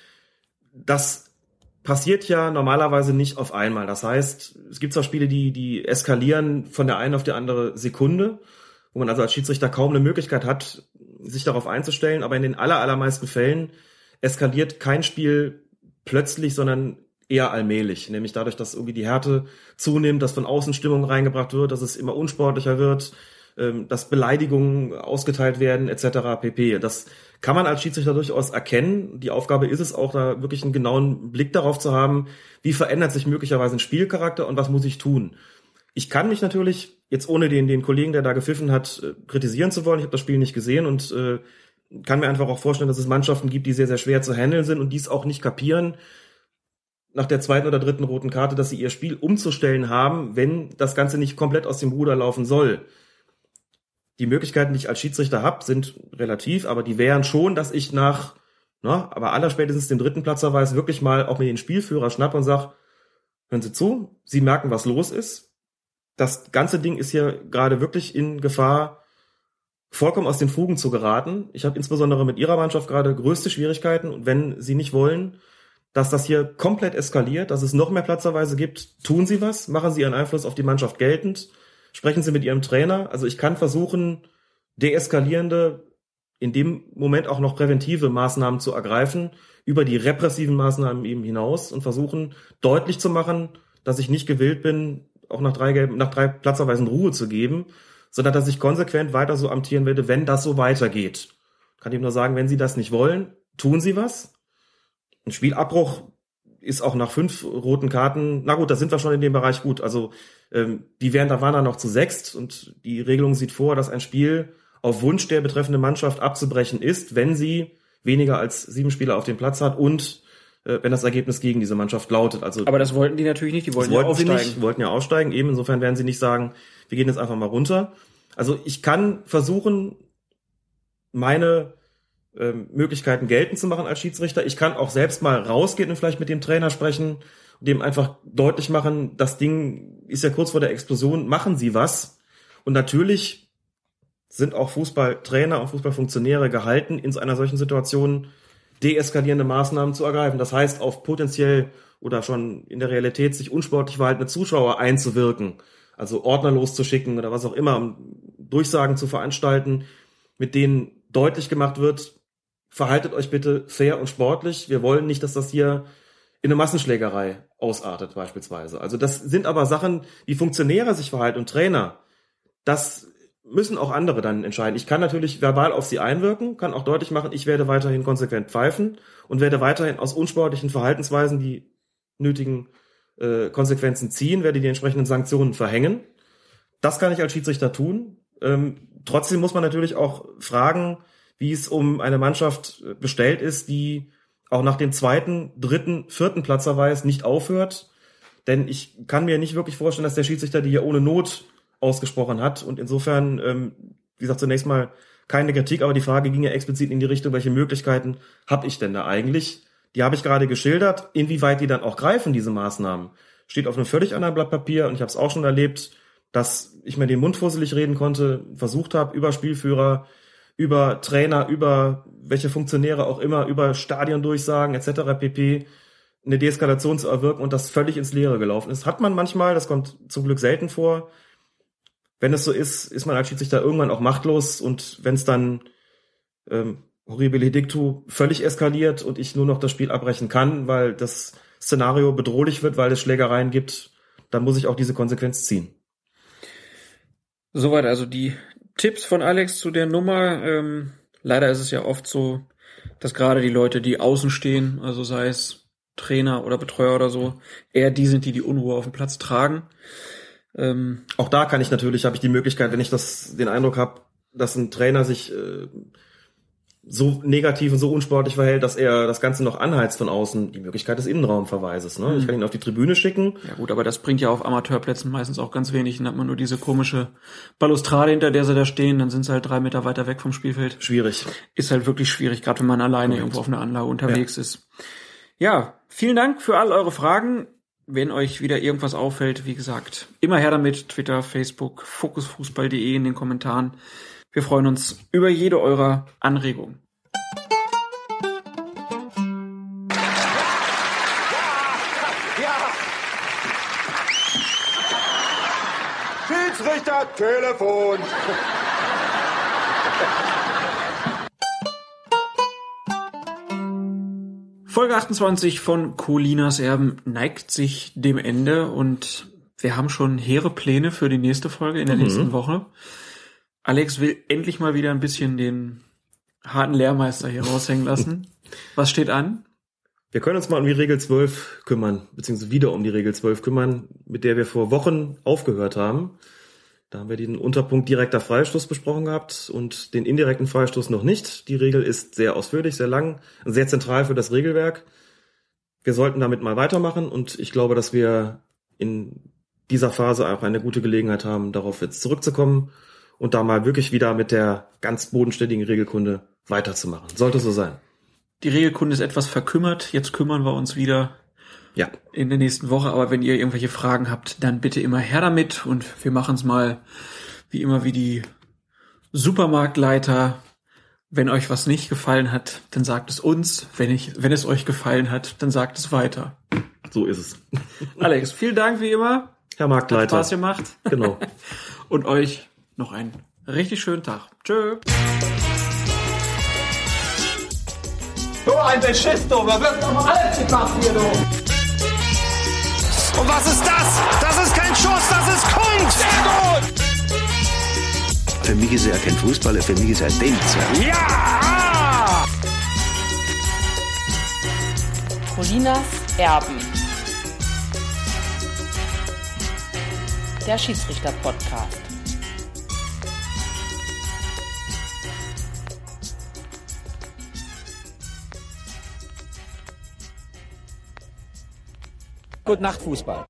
Das passiert ja normalerweise nicht auf einmal. Das heißt, es gibt zwar Spiele, die eskalieren von der einen auf die andere Sekunde, wo man also als Schiedsrichter kaum eine Möglichkeit hat, sich darauf einzustellen, aber in den allermeisten Fällen eskaliert kein Spiel plötzlich, sondern eher allmählich, nämlich dadurch, dass irgendwie die Härte zunimmt, dass von außen Stimmung reingebracht wird, dass es immer unsportlicher wird, dass Beleidigungen ausgeteilt werden, etc. pp. Das kann man als Schiedsrichter durchaus erkennen. Die Aufgabe ist es auch, da wirklich einen genauen Blick darauf zu haben, wie verändert sich möglicherweise ein Spielcharakter und was muss ich tun. Ich kann mich natürlich, jetzt ohne den Kollegen, der da gepfiffen hat, kritisieren zu wollen, ich habe das Spiel nicht gesehen und kann mir einfach auch vorstellen, dass es Mannschaften gibt, die sehr, sehr schwer zu handeln sind und dies auch nicht kapieren, nach der 2. oder 3. roten Karte, dass sie ihr Spiel umzustellen haben, wenn das Ganze nicht komplett aus dem Ruder laufen soll. Die Möglichkeiten, die ich als Schiedsrichter habe, sind relativ, aber die wären schon, dass ich aber allerspätestens dem 3. Platzverweis wirklich mal auch mir den Spielführer schnappe und sage, hören Sie zu, Sie merken, was los ist. Das ganze Ding ist hier gerade wirklich in Gefahr, vollkommen aus den Fugen zu geraten. Ich habe insbesondere mit Ihrer Mannschaft gerade größte Schwierigkeiten. Und wenn Sie nicht wollen, dass das hier komplett eskaliert, dass es noch mehr Platzverweise gibt, tun Sie was, machen Sie Ihren Einfluss auf die Mannschaft geltend, sprechen Sie mit Ihrem Trainer. Also ich kann versuchen, deeskalierende, in dem Moment auch noch präventive Maßnahmen zu ergreifen, über die repressiven Maßnahmen eben hinaus und versuchen, deutlich zu machen, dass ich nicht gewillt bin, auch nach 3 Platzverweisen Ruhe zu geben, sondern dass ich konsequent weiter so amtieren werde, wenn das so weitergeht. Ich kann ihm nur sagen, wenn Sie das nicht wollen, tun Sie was. Ein Spielabbruch ist auch nach 5 roten Karten, na gut, da sind wir schon in dem Bereich gut. Also da waren dann noch zu 6 und die Regelung sieht vor, dass ein Spiel auf Wunsch der betreffenden Mannschaft abzubrechen ist, wenn sie weniger als 7 Spieler auf dem Platz hat und wenn das Ergebnis gegen diese Mannschaft lautet. Also, aber das wollten die natürlich nicht, die wollten ja aufsteigen. Wollten ja aufsteigen, eben. Insofern werden sie nicht sagen, wir gehen jetzt einfach mal runter. Also ich kann versuchen, meine Möglichkeiten geltend zu machen als Schiedsrichter. Ich kann auch selbst mal rausgehen und vielleicht mit dem Trainer sprechen und dem einfach deutlich machen, das Ding ist ja kurz vor der Explosion, machen Sie was. Und natürlich sind auch Fußballtrainer und Fußballfunktionäre gehalten, in einer solchen Situation deeskalierende Maßnahmen zu ergreifen. Das heißt, auf potenziell oder schon in der Realität sich unsportlich verhaltene Zuschauer einzuwirken, also Ordner loszuschicken oder was auch immer, um Durchsagen zu veranstalten, mit denen deutlich gemacht wird, verhaltet euch bitte fair und sportlich. Wir wollen nicht, dass das hier in eine Massenschlägerei ausartet beispielsweise. Also das sind aber Sachen, wie Funktionäre sich verhalten und Trainer. Das müssen auch andere dann entscheiden. Ich kann natürlich verbal auf sie einwirken, kann auch deutlich machen, ich werde weiterhin konsequent pfeifen und werde weiterhin aus unsportlichen Verhaltensweisen die nötigen Konsequenzen ziehen, werde die entsprechenden Sanktionen verhängen. Das kann ich als Schiedsrichter tun. Trotzdem muss man natürlich auch fragen, wie es um eine Mannschaft bestellt ist, die auch nach dem 2., 3., 4. Platzverweis nicht aufhört. Denn ich kann mir nicht wirklich vorstellen, dass der Schiedsrichter die hier ohne Not ausgesprochen hat. Und insofern, wie gesagt, zunächst mal keine Kritik, aber die Frage ging ja explizit in die Richtung, welche Möglichkeiten habe ich denn da eigentlich? Die habe ich gerade geschildert. Inwieweit die dann auch greifen, diese Maßnahmen, steht auf einem völlig anderen Blatt Papier. Und ich habe es auch schon erlebt, dass ich mir den Mund fusselig reden konnte, versucht habe, über Spielführer, über Trainer, über welche Funktionäre auch immer, über Stadiondurchsagen etc. pp. Eine Deeskalation zu erwirken und das völlig ins Leere gelaufen ist. Hat man manchmal, das kommt zum Glück selten vor. Wenn es so ist, ist man als Schiedsrichter irgendwann auch machtlos und wenn es dann horribile dictu völlig eskaliert und ich nur noch das Spiel abbrechen kann, weil das Szenario bedrohlich wird, weil es Schlägereien gibt, dann muss ich auch diese Konsequenz ziehen. Soweit also die Tipps von Alex zu der Nummer. Leider ist es ja oft so, dass gerade die Leute, die außen stehen, also sei es Trainer oder Betreuer oder so, eher die sind, die Unruhe auf dem Platz tragen. Auch da habe ich die Möglichkeit, wenn ich den Eindruck habe, dass ein Trainer sich so negativ und so unsportlich verhält, dass er das Ganze noch anheizt von außen, die Möglichkeit des Innenraumverweises. Ne? Ich kann ihn auf die Tribüne schicken. Ja gut, aber das bringt ja auf Amateurplätzen meistens auch ganz wenig. Dann hat man nur diese komische Balustrade, hinter der sie da stehen, dann sind sie halt 3 Meter weiter weg vom Spielfeld. Schwierig. Ist halt wirklich schwierig, gerade wenn man alleine irgendwo auf einer Anlage unterwegs ist. Ja, vielen Dank für all eure Fragen. Wenn euch wieder irgendwas auffällt, wie gesagt, immer her damit, Twitter, Facebook, fokusfußball.de in den Kommentaren. Wir freuen uns über jede eurer Anregungen. Schiedsrichter, Telefon. Folge 28 von Colinas Erben neigt sich dem Ende und wir haben schon hehre Pläne für die nächste Folge in der nächsten Woche. Alex will endlich mal wieder ein bisschen den harten Lehrmeister hier raushängen lassen. Was steht an? Wir können uns mal um die Regel 12 kümmern, beziehungsweise wieder um die Regel 12 kümmern, mit der wir vor Wochen aufgehört haben. Da haben wir den Unterpunkt direkter Freistoß besprochen gehabt und den indirekten Freistoß noch nicht. Die Regel ist sehr ausführlich, sehr lang, sehr zentral für das Regelwerk. Wir sollten damit mal weitermachen und ich glaube, dass wir in dieser Phase auch eine gute Gelegenheit haben, darauf jetzt zurückzukommen und da mal wirklich wieder mit der ganz bodenständigen Regelkunde weiterzumachen. Sollte so sein. Die Regelkunde ist etwas verkümmert. Jetzt kümmern wir uns wieder in der nächsten Woche. Aber wenn ihr irgendwelche Fragen habt, dann bitte immer her damit. Und wir machen es mal wie immer wie die Supermarktleiter. Wenn euch was nicht gefallen hat, dann sagt es uns. Wenn es euch gefallen hat, dann sagt es weiter. So ist es. Alex, vielen Dank wie immer. Herr Marktleiter. Hat Spaß gemacht. Genau. Und euch noch einen richtig schönen Tag. Tschö. So ein Beschiss, du. Da wird doch mal alles gemacht hier, du. Und was ist das? Das ist kein Schuss, das ist Kunst. Sehr gut. Für mich ist er kein Fußballer, für mich ist er ein Tänzer. Ja! Colinas Erben. Der Schiedsrichter-Podcast. Gute Nacht, Fußball.